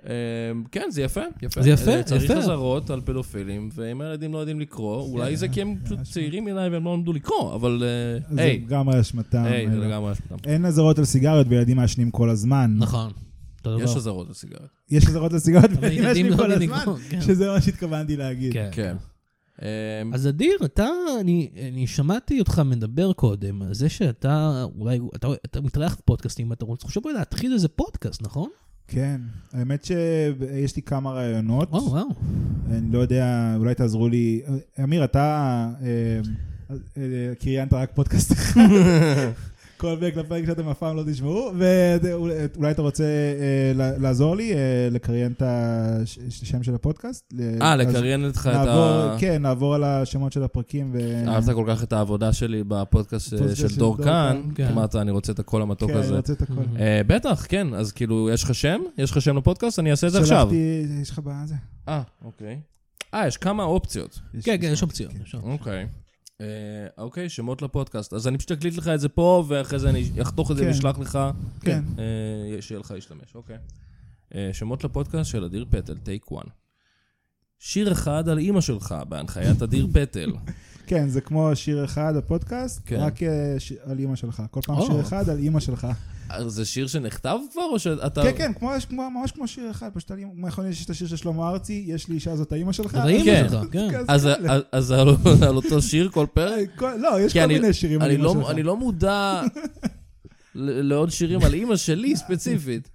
כן, זה יפה, יפה.
זה יפה,
צריך
יפה.
אזהרות על פדופילים, ואם הילדים לא יודעים לקרוא, אולי זה כי הם פשוט צעירים מדי והם לא למדו לקרוא, אבל
זה
היי,
גם אשמתם.
היי, זה לגמרי אשמתם.
אין אזהרות על סיגריות וילדים מעשנים כל הזמן.
נכון.
יש אזהרות על סיגריות.
יש אזהרות על סיגריות
אבל
וילדים
ילדים
מעשנים
לא
כל
יודעים
הזמן,
לקרוא, כן.
שזה מה שהתכוונתי להגיד.
כן.
כן.
אז אדיר, אתה, אני, אני שמעתי אותך מדבר קודם, על זה שאתה, אולי, אתה, אתה מתארח בפודקאסטים, אתה חושב אולי להתחיל איזה פודקאסט, נכון?
כן, האמת שיש לי כמה רעיונות.
וואו, וואו.
אני לא יודע, אולי תעזרו לי. אמיר, אתה קריינת רק פודקאסט אחד. כל פרק לפרק שאתם אף פעם לא תשמעו, ואולי אתה רוצה לעזור לי לקריין את השם של הפודקאסט?
אה, לקריין לך את ה...
כן, נעבור על השמות של הפרקים.
אהבת כל כך את העבודה שלי בפודקאסט של דור כאן, אמרת, אני רוצה את הכל המתוק הזה.
כן, אני רוצה את הכל.
בטח, כן, אז כאילו, יש לך שם? יש לך שם לפודקאסט? אני אעשה את זה עכשיו.
שלחתי, יש לך בזה.
אה, אוקיי. אה, יש כמה אופציות.
כן, כן, יש אופציות.
אוקיי. אוקיי, שמות לפודקאסט. אז אני פשוט אקליט לך את זה פה, ואחרי זה אני אחתוך את זה ואשלח לך.
כן.
שיהיה לך להשתמש, אוקיי. שמות לפודקאסט של אדיר פטל, טייק וואן. שיר אחד על אמא שלך, בהנחיית אדיר פטל.
כן, זה כמו שיר אחד הפודקאסט, רק על אמא שלך. כל פעם שיר אחד על אמא שלך.
זה שיר שנכתב כבר, או שאתה...
כן, כן, ממש כמו שיר אחד, פשוט על אמא. יכול להיות שיש את השיר של שלמה ארצי, יש לי אישה זאת האמא שלך.
זה האמא שלך, כן.
אז על אותו שיר כל פרק?
לא, יש כל מיני שירים על אמא שלך.
אני לא מודע לעוד שירים על אמא שלי ספציפית.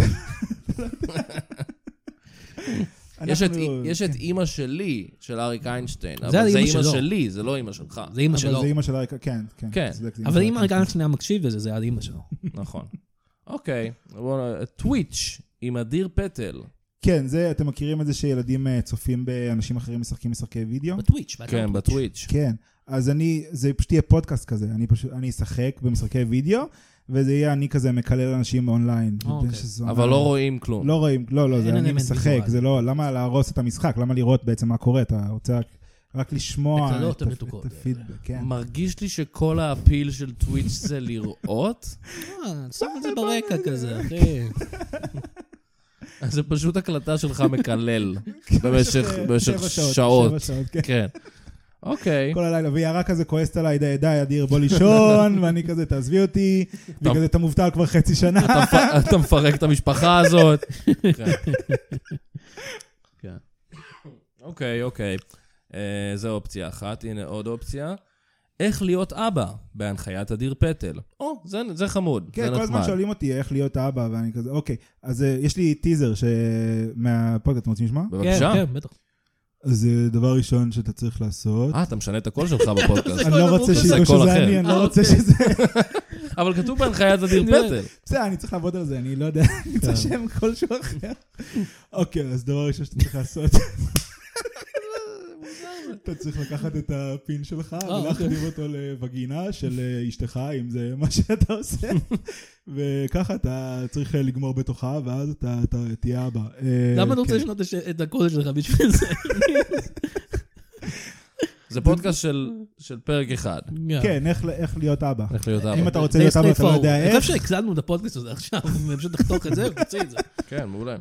יש את אמא שלי, של אריק איינשטיין, אבל זה אמא שלי, זה לא אמא שלך.
זה אמא שלו.
זה אמא של אריק, כן, כן.
אבל אם אריק איינשטיין היה מקשיב לזה, זה היה אמא שלו.
נכון. אוקיי, טוויץ' עם אדיר פטל.
כן, זה, אתם מכירים את זה שילדים צופים באנשים אחרים משחקים משחקי וידאו?
בטוויץ'.
כן, בטוויץ'.
כן, אז אני, זה פשוט יהיה פודקאסט כזה, אני פשוט, אני אשחק במשחקי וידאו, וזה יהיה אני כזה מקלל אנשים אונליין.
אבל לא רואים כלום.
לא רואים, לא, לא, זה אני משחק, זה לא, למה להרוס את המשחק? למה לראות בעצם מה קורה? אתה רוצה רק לשמוע את הפידבק.
מרגיש לי שכל האפיל של טוויץ' זה לראות?
שם את זה ברקע כזה, אחי.
זה פשוט הקלטה שלך מקלל במשך שעות. כן. אוקיי.
כל הלילה, והיא הרע כזה כועסת עליי, די, די, אדיר, בוא לישון, ואני כזה, תעזבי אותי, וכזה, אתה מובטל כבר חצי שנה.
אתה מפרק את המשפחה הזאת. אוקיי, אוקיי. זו אופציה אחת, הנה עוד אופציה. איך להיות אבא, בהנחיית אדיר פטל. או, זה חמוד.
כן, כל הזמן שואלים אותי איך להיות אבא, ואני כזה, אוקיי. אז יש לי טיזר מהפודקאסט, אתם רוצים לשמוע?
בבקשה.
כן, בטח.
אז דבר ראשון שאתה צריך לעשות.
אה, אתה משנה את הקול שלך בפודקאסט.
אני לא רוצה שידעו שזה אני, אני לא רוצה שזה...
אבל כתוב בהנחיית אדיר פטל.
בסדר, אני צריך לעבוד על זה, אני לא יודע, אני צריך שם כלשהו אחר. אוקיי, אז דבר ראשון שאתה צריך לעשות. אתה צריך לקחת את הפין שלך ולהחדיר אותו לווגינה של אשתך, אם זה מה שאתה עושה. וככה אתה צריך לגמור בתוכה, ואז אתה תהיה אבא.
למה אתה רוצה לשנות את הקול שלך בשביל זה?
זה פודקאסט של פרק אחד.
כן, איך להיות אבא.
איך להיות אבא.
אם אתה רוצה להיות אבא, אתה לא יודע איך.
אני חושב שהקזלנו את הפודקאסט הזה עכשיו, ופשוט תחתוך את זה ותוציא את זה.
כן, מעולה.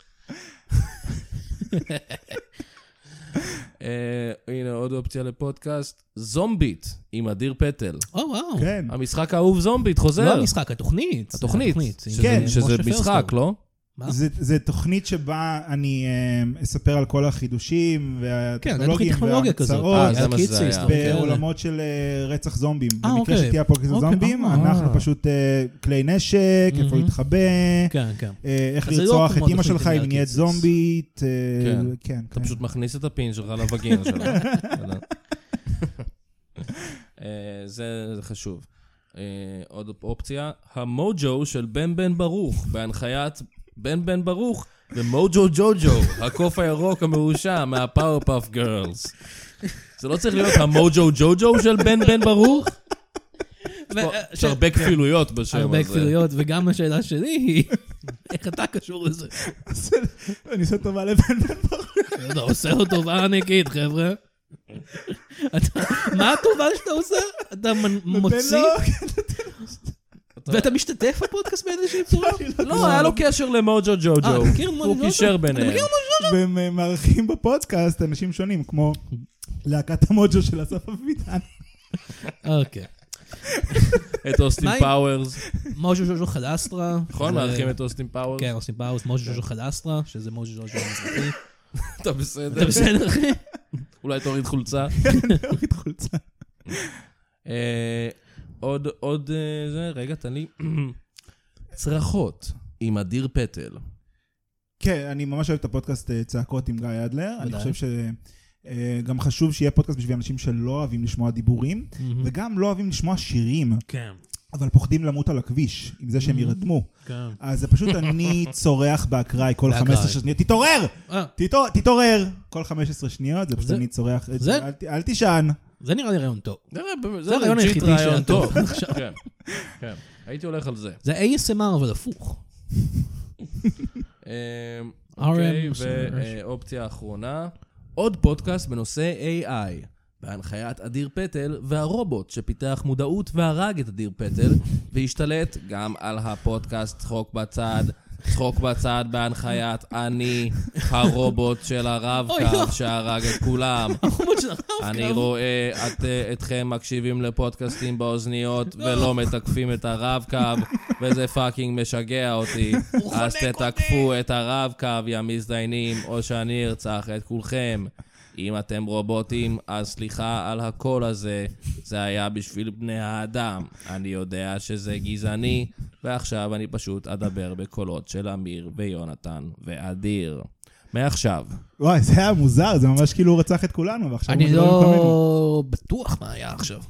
הנה עוד אופציה לפודקאסט, זומביט עם אדיר פטל.
או וואו.
כן.
המשחק האהוב זומביט חוזר.
לא המשחק, התוכנית.
התוכנית.
כן.
שזה משחק, לא?
זה תוכנית שבה אני אספר על כל החידושים והטכנולוגים
והמצאות
בעולמות של רצח זומבים. במקרה שתהיה פודקאסט זומבים, אנחנו פשוט כלי נשק, איפה להתחבא, איך לרצוח את אמא שלך אם נהיית זומבית.
אתה פשוט מכניס את הפין שלך לווגינה שלה. זה חשוב. עוד אופציה, המוג'ו של בן בן ברוך, בהנחיית בן בן ברוך ומוג'ו ג'וג'ו, הקוף הירוק המרושע מהפאורפאף גרלס. זה לא צריך להיות המוג'ו ג'וג'ו של בן בן ברוך? יש הרבה כפילויות בשם הזה.
הרבה כפילויות, וגם השאלה שלי היא, איך אתה קשור לזה?
אני עושה טובה לבן בן ברוך.
אתה עושה לו טובה ענקית, חבר'ה. מה הטובה שאתה עושה? אתה מוציא? ואתה משתתף בפודקאסט באיזושהי צורה?
לא, היה לו קשר למוג'ו ג'וג'ו.
אה, אתה מכיר את מוג'ו
הוא
ג'וג'ו?
קישר ביניהם.
והם מארחים בפודקאסט אנשים שונים, כמו להקת המוג'ו של אסף אביטן.
אוקיי.
את אוסטין פאוורס.
מוג'ו ג'וג'ו חדסטרה.
נכון, מארחים את אוסטין פאוורס.
כן, אוסטין פאוורס, מוג'ו ג'וג'ו חדסטרה, שזה מוג'ו ג'וג'ו המזרחי.
אתה בסדר?
אתה בסדר, אחי?
אולי תוריד חולצה.
תוריד חולצה.
עוד, עוד, זה, רגע, תן לי. צרחות עם אדיר פטל.
כן, אני ממש אוהב את הפודקאסט צעקות עם גיא אדלר. אני חושב שגם חשוב שיהיה פודקאסט בשביל אנשים שלא אוהבים לשמוע דיבורים, וגם לא אוהבים לשמוע שירים.
כן.
אבל פוחדים למות על הכביש, עם זה שהם ירדמו.
כן.
אז זה פשוט אני צורח באקראי כל חמש עשרה שניות. תתעורר! תתעורר! כל חמש עשרה שניות, זה פשוט אני צורח. אל תישן.
זה נראה לי רעיון טוב.
זה
הרעיון היחידי שהיה טוב.
כן, כן. הייתי הולך על זה.
זה איי אס אם אר אבל הפוך.
אוקיי, ואופציה האחרונה. עוד פודקאסט בנושא איי איי. בהנחיית אדיר פטל והרובוט שפיתח מודעות והרג את אדיר פטל והשתלט גם על הפודקאסט צחוק בצד, צחוק בצד בהנחיית אני הרובוט של הרב-קו שהרג את כולם. אני רואה את, אתכם מקשיבים לפודקאסטים באוזניות ולא מתקפים את הרב-קו וזה פאקינג משגע אותי. אז תתקפו את הרב-קו יא מזדיינים או שאני ארצח את כולכם. אם אתם רובוטים, אז סליחה על הקול הזה, זה היה בשביל בני האדם. אני יודע שזה גזעני, ועכשיו אני פשוט אדבר בקולות של אמיר ויונתן ואדיר. מעכשיו.
וואי, זה היה מוזר, זה ממש כאילו הוא רצח את כולנו, ועכשיו...
אני לא בטוח מה היה עכשיו.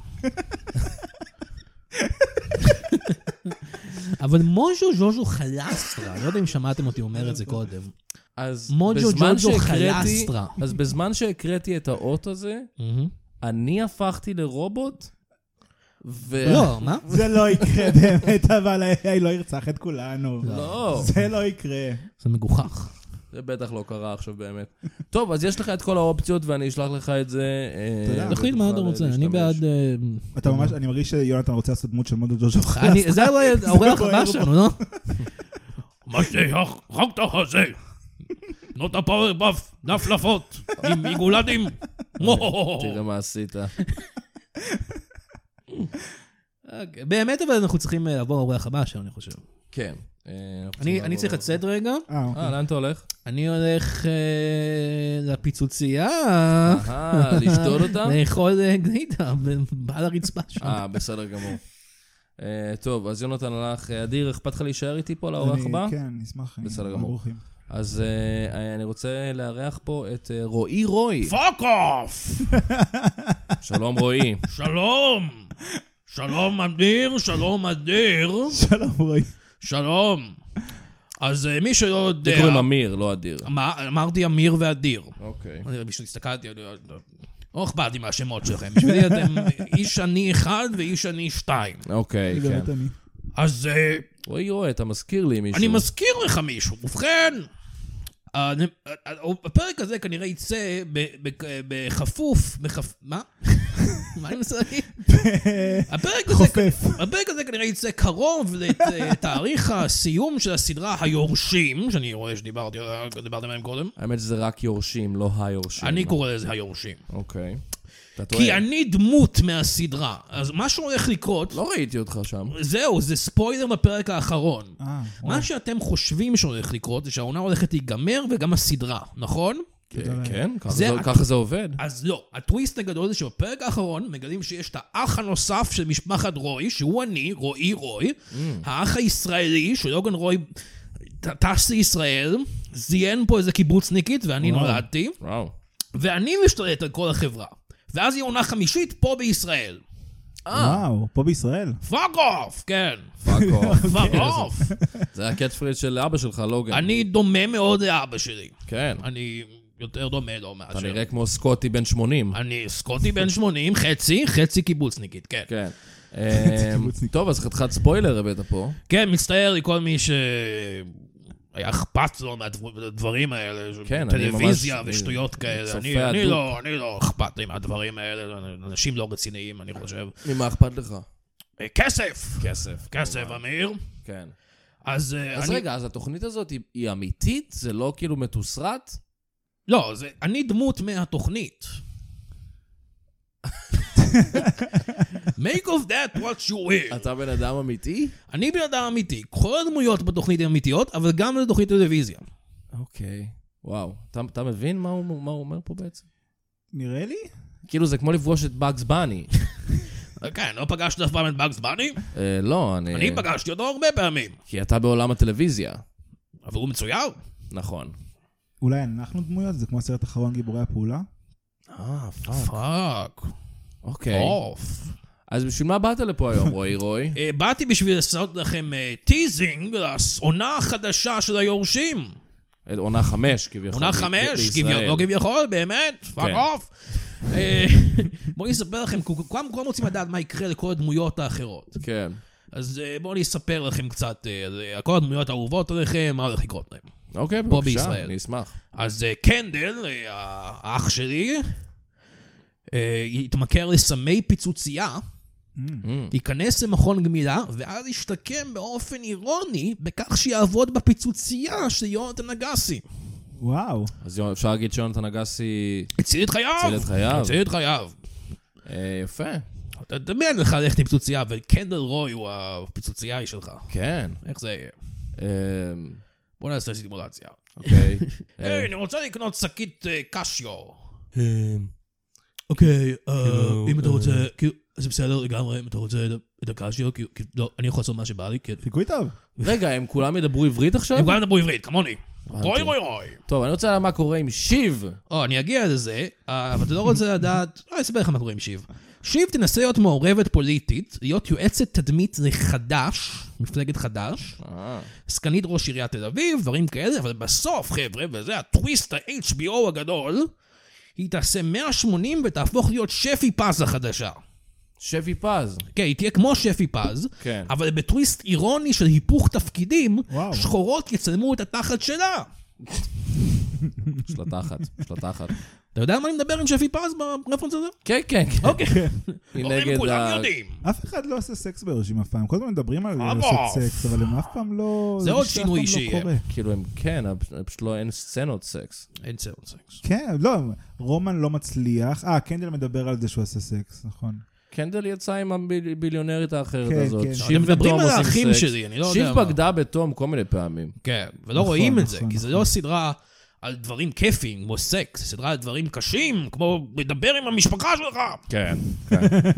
אבל מוג'ו ג'וג'ו חלסטרה, לא יודע אם שמעתם אותי אומר את זה קודם.
אז
מוג'ו ג'וג'ו חלסטרה.
אז בזמן שהקראתי את האות הזה, אני הפכתי לרובוט, ו...
לא, מה?
זה לא יקרה באמת, אבל ה-איי איי לא ירצח את כולנו.
לא.
זה לא יקרה.
זה מגוחך.
זה בטח לא קרה עכשיו באמת. טוב, אז יש לך את כל האופציות ואני אשלח לך את זה.
תודה.
תחליט מה אתה רוצה, אני בעד...
אתה ממש, אני מרגיש שיונתן רוצה לעשות דמות של מוג'ו ג'וג'ו חלסטרה.
זה האורח הבא שלנו, לא?
מה שהחרקת הזה? נוט הפאוור באף, נפלפות, עם עיגולדים.
תראה מה עשית.
באמת, אבל אנחנו צריכים לעבור לאורח הבא שלנו, אני חושב.
כן.
אני צריך לצאת רגע.
אה, לאן אתה הולך?
אני הולך לפיצוצייה.
אה, לשתול אותה?
לאכול גלידה, בעל הרצפה שם.
אה, בסדר גמור. טוב, אז יונתן הלך. אדיר, אכפת לך להישאר איתי פה לאורח הבא?
כן, נשמח.
בסדר גמור. אז אני רוצה לארח פה את רועי רוי.
פאק אוף!
שלום רועי.
שלום! שלום אדיר, שלום אדיר.
שלום רועי.
שלום. אז מי שלא יודע...
זה קוראים אמיר, לא אדיר.
אמרתי אמיר ואדיר.
אוקיי.
אני בשביל הסתכלתי, לא אכפת לי מהשמות שלכם. בשבילי אתם איש אני אחד ואיש אני שתיים.
אוקיי, כן.
אז...
רועי רועי, אתה מזכיר לי מישהו.
אני מזכיר לך מישהו. ובכן, הפרק הזה כנראה יצא בכפוף... מה? מה אני מנסה להגיד?
חופף.
הפרק הזה כנראה יצא קרוב לתאריך הסיום של הסדרה היורשים, שאני רואה שדיברתי עליהם קודם.
האמת שזה רק יורשים, לא היורשים.
אני קורא לזה היורשים.
אוקיי.
כי אני דמות מהסדרה, אז מה שהולך לקרות...
לא ראיתי אותך שם.
זהו, זה ספוילר בפרק האחרון. מה שאתם חושבים שהולך לקרות, זה שהעונה הולכת להיגמר וגם הסדרה, נכון?
כן, ככה זה עובד.
אז לא, הטוויסט הגדול זה שבפרק האחרון מגלים שיש את האח הנוסף של משפחת רוי, שהוא אני, רועי רוי, האח הישראלי, שלוגן רוי טס לישראל, זיין פה איזה קיבוצניקית ואני נולדתי, ואני משתלט על כל החברה. ואז היא עונה חמישית פה בישראל.
וואו, פה בישראל?
פאק אוף, כן.
פאק אוף.
פאק אוף.
זה הקאץ' פריז של אבא שלך, לוגן.
אני דומה מאוד לאבא שלי.
כן.
אני יותר דומה לו מאשר.
אתה נראה כמו סקוטי בן שמונים.
אני סקוטי בן שמונים, חצי, חצי קיבוצניקית, כן.
כן. טוב, אז חתיכת ספוילר הבאת פה.
כן, מצטער לי כל מי ש... היה אכפת לו מהדברים האלה,
כן,
טלוויזיה ושטויות כאלה. אני לא, אני לא אכפת לי מהדברים האלה, אנשים לא רציניים, אני חושב.
ממה אכפת לך?
כסף.
כסף.
כסף, אמיר.
כן.
אז
אז רגע, אז התוכנית הזאת היא אמיתית? זה לא כאילו מתוסרט?
לא, אני דמות מהתוכנית. Make of that what you will.
אתה בן אדם אמיתי?
אני בן אדם אמיתי. כל הדמויות בתוכנית הן אמיתיות, אבל גם לתוכנית טלוויזיה.
אוקיי. וואו. אתה מבין מה הוא אומר פה בעצם?
נראה לי?
כאילו זה כמו לפגוש את באגס בני.
כן, לא פגשת אף פעם את באגס בני?
לא, אני...
אני פגשתי אותו הרבה פעמים.
כי אתה בעולם הטלוויזיה.
אבל הוא מצויר.
נכון.
אולי אנחנו דמויות? זה כמו הסרט האחרון גיבורי הפעולה?
אה, פאק.
פאק.
אוקיי.
אוף.
אז בשביל מה באת לפה היום, רועי רוי?
באתי בשביל לעשות לכם טיזינג לעונה החדשה של היורשים.
עונה חמש, כביכול.
עונה חמש, לא כביכול, באמת, פאק אוף. בואו אני אספר לכם, כולם רוצים לדעת מה יקרה לכל הדמויות האחרות.
כן.
אז בואו אני אספר לכם קצת, כל הדמויות האהובות עליכם, מה הולך לקרות להם.
אוקיי, בבקשה, אני אשמח.
אז קנדל, האח שלי, יתמכר לסמי פיצוצייה, ייכנס למכון גמילה, ואז ישתקם באופן אירוני, בכך שיעבוד בפיצוצייה של יונתן אגסי.
וואו.
אז אפשר להגיד שיונתן אגסי...
הציל את חייו.
הציל את חייו.
הציל את חייו.
יפה.
אתה דמיין לך ללכת עם פיצוצייה, וקנדל רוי הוא הפיצוצייה שלך.
כן.
איך זה יהיה? בוא נעשה סימולציה.
אוקיי.
היי, אני רוצה לקנות שקית קשיו. אוקיי, אם אתה רוצה, זה בסדר לגמרי, אם אתה רוצה את הקשיו, לא, אני יכול לעשות מה שבא לי.
חיקוי טוב.
רגע, הם כולם ידברו עברית עכשיו?
הם כולם ידברו עברית, כמוני. רוי רוי רוי.
טוב, אני רוצה לדעת מה קורה עם שיב.
או, אני אגיע לזה, אבל אתה לא רוצה לדעת, לא, אני אספר לך מה קורה עם שיב. שיב תנסה להיות מעורבת פוליטית, להיות יועצת תדמית לחדש, מפלגת חדש, סגנית ראש עיריית תל אביב, דברים כאלה, אבל בסוף, חבר'ה, וזה הטוויסט ה-אייץ' בי או הגדול, היא תעשה מאה שמונים ותהפוך להיות שפי פז החדשה.
שפי פז?
כן, היא תהיה כמו שפי פז,
כן.
אבל בטוויסט אירוני של היפוך תפקידים, וואו. שחורות יצלמו את התחת שלה.
יש לה תחת, יש לה תחת.
אתה יודע מה אני מדבר עם שפי פז ברפרנס הזה?
כן, כן, כן.
אוקיי.
היא נגד
כולם יודעים.
אף אחד לא עושה סקס ברשים אף פעם. כל הזמן מדברים על לעשות סקס, אבל הם אף פעם לא...
זה עוד שינוי שיהיה.
כאילו הם כן, פשוט לא אין סצנות סקס.
אין סצנות סקס.
כן, לא, רומן לא מצליח. אה, קנדל מדבר על זה שהוא עשה סקס, נכון.
קנדל יצא עם הביליונרית האחרת הזאת.
אתם מדברים על האחים שלי, אני לא יודע
מה. שיב בגדה בתום כל מיני פעמים.
כן, ולא רואים את זה, כי זה לא סדרה על דברים כיפים, כמו סקס, סדרה על דברים קשים, כמו לדבר עם המשפחה שלך.
כן, כן.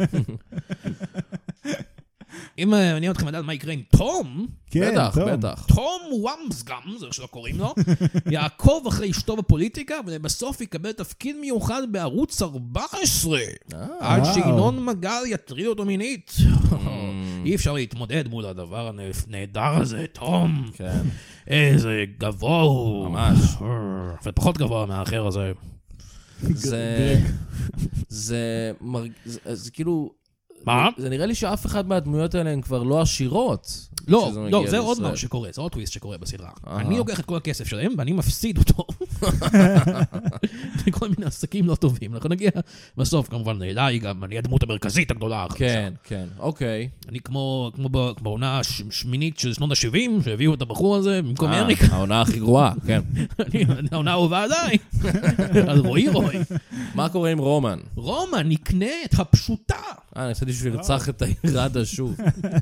אם מעניין אתכם לדעת מה יקרה עם תום,
בטח, בטח.
תום וואמסגם, זה איך שלא קוראים לו, יעקוב אחרי אשתו בפוליטיקה, ובסוף יקבל תפקיד מיוחד בערוץ ארבע עשרה, עד שינון מגל יטריד אותו מינית. אי אפשר להתמודד מול הדבר הנהדר הזה, תום.
כן.
איזה גבוה הוא.
ממש.
ופחות גבוה מהאחר הזה.
זה... זה... זה כאילו...
מה?
זה נראה לי שאף אחד מהדמויות האלה הן כבר לא עשירות.
לא, לא, זה עוד משהו שקורה, זה עוד טוויסט שקורה בסדרה. אני לוקח את כל הכסף שלהם ואני מפסיד אותו. כל מיני עסקים לא טובים. אנחנו נגיע בסוף, כמובן, אליי גם, אני הדמות המרכזית הגדולה.
כן, כן, אוקיי.
אני כמו בעונה השמינית של שנות ה-שבעים, שהביאו את הבחור הזה במקום אריק.
העונה הכי גרועה, כן.
העונה אהובה עליי. אז רועי רועי.
מה קורה עם רומן?
רומן נקנה את הפשוטה.
אה, אני חשבתי שהוא ירצח את העירדה שוב.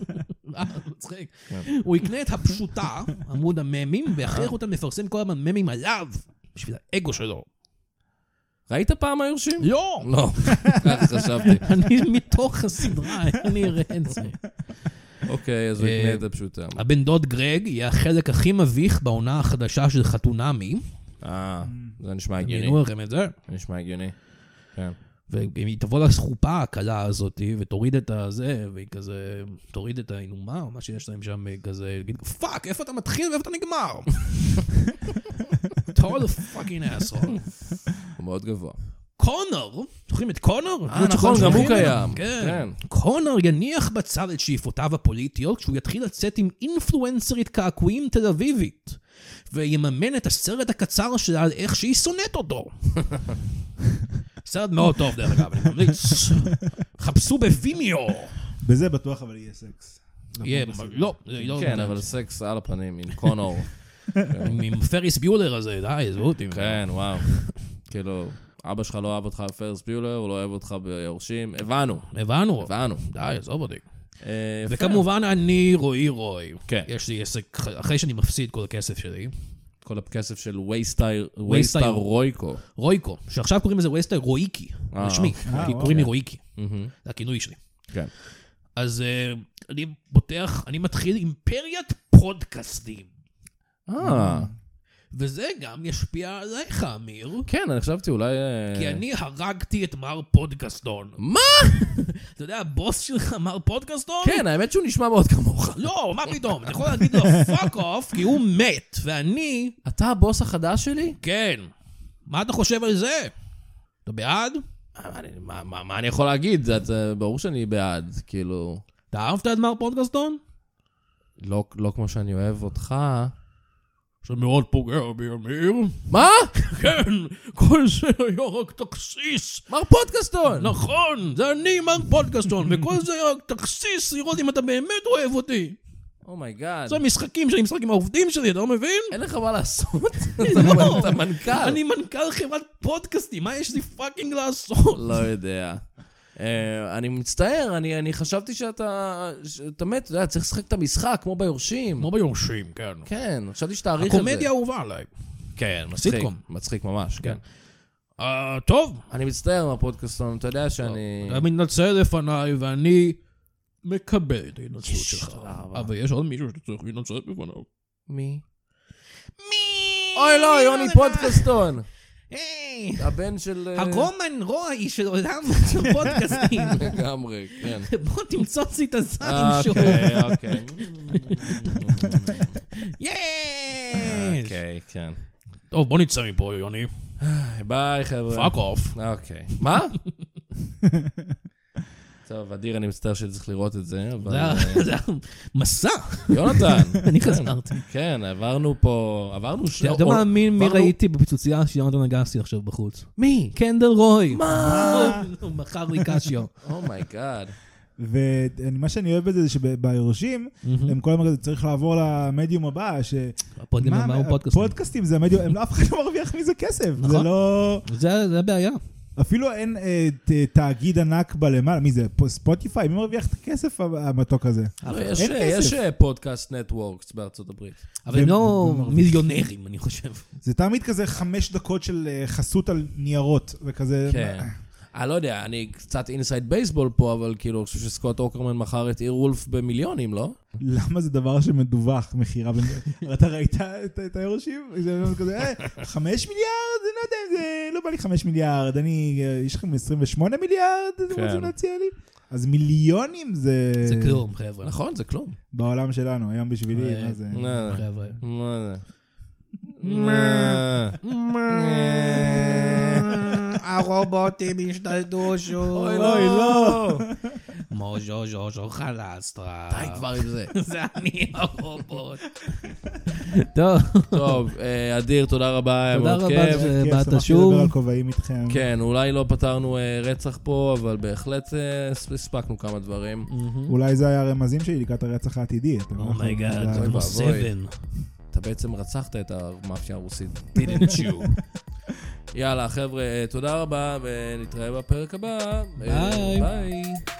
הוא יקנה את הפשוטה, עמוד הממים, ויכריח אותם לפרסם כל הזמן ממים עליו, בשביל האגו שלו.
ראית פעם היורשים?
לא!
לא, ככה חשבתי.
אני מתוך הסדרה, אני אראה את זה.
אוקיי, אז הוא יקנה את הפשוטה.
הבן דוד גרג יהיה החלק הכי מביך בעונה החדשה של חתונמי.
אה, זה נשמע הגיוני.
אני אנוע לכם את זה.
זה נשמע הגיוני, כן.
ואם היא תבוא לחופה הקלה הזאת, ותוריד את הזה, והיא כזה, תוריד את האינומה, או מה שיש להם שם, כזה, להגיד, פאק, איפה אתה מתחיל ואיפה אתה נגמר? תור פאקינג אסול.
הוא מאוד גבוה.
קונר, זוכרים את קונר?
אה, נכון, גם הוא קיים. כן.
קונר יניח בצד את שאיפותיו הפוליטיות, כשהוא יתחיל לצאת עם אינפלואנסרית קעקועים תל אביבית, ויממן את הסרט הקצר שלה על איך שהיא שונאת אותו. סרט מאוד טוב דרך אגב, אני ממליץ. חפשו בווימיו.
בזה בטוח אבל יהיה סקס.
יהיה, לא, לא.
כן, אבל סקס על הפנים, עם קונור.
עם פריס ביולר הזה, די, זו אותי.
כן, וואו. כאילו, אבא שלך לא אוהב אותך בפריס ביולר, הוא לא אוהב אותך ביורשים. הבנו.
הבנו.
הבנו.
די, עזוב אותי.
יפה.
וכמובן אני רועי רוי.
כן.
יש לי עסק, אחרי שאני מפסיד כל הכסף שלי.
כל הכסף של וייסטר רויקו.
רויקו, שעכשיו קוראים לזה וייסטר רויקי,
אה,
רשמי,
אה,
כי
וואו.
קוראים לי רויקי,
מהמם.
זה הכינוי שלי.
כן.
אז אה, אני פותח, אני מתחיל אימפריית פודקאסטים,
אה,
וזה גם ישפיע עליך, אמיר,
כן, אני חשבתי אולי... אה,
כי אני הרגתי את מר פודקאסטון.
מה?
אתה יודע, הבוס שלך מר פודקאסטון?
כן, האמת שהוא נשמע מאוד כמוך.
לא, מה פתאום? אתה יכול להגיד לו פאק אוף, כי הוא מת, ואני,
אתה הבוס החדש שלי?
כן. מה אתה חושב על זה? אתה בעד?
מה אני- מה- מה מה אני יכול להגיד? זה- זה ברור שאני בעד, כאילו...
אתה אהבת את מר פודקאסטון?
לא לא כמו שאני אוהב אותך.
שמאוד פוגע בי, אמיר.
מה?
כן, כל זה היה רק תקסיס.
מר פודקאסטון!
נכון, זה אני מר פודקאסטון, וכל זה היה רק תקסיס לראות אם אתה באמת אוהב אותי.
אומייגאד.
זה משחקים שאני משחק עם העובדים שלי, אתה לא מבין?
אין לך מה לעשות?
לא.
אתה מנכ"ל.
אני מנכ"ל חברת פודקאסטים, מה יש לי פאקינג לעשות?
לא יודע. אה, אני מצטער, אני אני חשבתי שאתה... אתה מת, אתה יודע, צריך לשחק את המשחק, כמו ביורשים.
כמו ביורשים, כן.
כן, חשבתי שתאריך את זה.
הקומדיה האהובה עליי.
כן, מצחיק.
סיטקום.
מצחיק ממש, כן.
אה, טוב,
אני מצטער מהפודקאסטון, אתה יודע שאני...
אתה מתנצל לפניי, ואני מקבל את ההתנצלות
יש,
שלך.
תודה רבה.
אבל יש עוד מישהו שאתה צריך להתנצל בפניו.
מי?
מי?
אוי לא, יוני פודקאסטון!
היי!
הבן של... אה,
הרומן רוי של עולם של פודקאסטים.
לגמרי, כן.
בוא תמצוץ לי את הזין שוב.
אוקיי, אוקיי.
יש!
אוקיי, כן.
טוב, בוא נצא מפה, יוני.
ביי, חבר'ה.
פאק אוף.
אוקיי. מה? טוב, אדיר, אני מצטער שצריך לראות את זה, אבל...
זה המסע.
יונתן.
אני חזרתי.
כן, עברנו פה... עברנו ש...
אתה מאמין מי
עברנו-
ראיתי בפיצוצייה של יונתן אגסי עכשיו בחוץ?
מי?
קנדל רוי.
מה?
הוא מכר לי קשיו.
אומייגאד.
ומה שאני אוהב בזה זה שביורשים, הם כל הזמן כזה צריך לעבור למדיום הבא, ש...
הפודקאסטים
מה,
אמרו פודקאסטים.
פודקאסטים זה המדיום, הם- אף אחד לא מרוויח מזה כסף. זה
נכון.
לא...
זה זה הבעיה.
אפילו אין אה, ת- תאגיד ענק בלמעלה, מי זה? פה ספוטיפיי? מי מרוויח את הכסף המתוק הזה?
לא, יש-
אין
יש
כסף.
פודקאסט נטוורקס בארצות הברית.
אבל הם
והם-
לא
והם-
מיליונרים, אני חושב.
זה תמיד כזה חמש דקות של אה, חסות על ניירות, וכזה...
כן. אני לא יודע, אני קצת אינסייד בייסבול פה, אבל כאילו, אני חושב שסקוט אוקרמן מכר את איר וולף במיליונים, לא?
למה זה דבר שמדווח, מכירה? בין- אתה ראית את את היורשים? זה כזה, אה, חמש מיליארד? אני לא יודע אם זה... לא בא לי חמש מיליארד, אני... אה, יש לכם עשרים ושמונה מיליארד? אתם
כן.
רוצים להציע לי? אז מיליונים זה...
זה כלום, חבר'ה.
נכון, זה כלום.
בעולם שלנו, היום בשבילי,
אה,
מה זה?
מה?
חבר'ה.
מה זה? מה?
הרובוטים השתלטו שוב.
אוי לא!
מוז'ו ז'וז'ו חלסטרה.
די כבר עם זה.
זה אני הרובוט. טוב,
טוב, אה, אדיר, תודה רבה, היה
תודה
מאוד
רבה
כיף.
ש- באת
שמחתי
שוב.
לדבר על כובעים איתכם.
כן, אולי לא פתרנו אה, רצח פה, אבל בהחלט אה, הספקנו כמה דברים.
אולי זה היה רמזים שלי לקראת הרצח העתידי. אתה לא יכול
אומייגאד,
לדעת.
אוי
כמו
ואבוי.
סבן.
אתה בעצם רצחת את המאפיה הרוסית. didn't you? יאללה, חבר'ה, תודה רבה, ונתראה בפרק הבא. אה,
ביי.
ביי.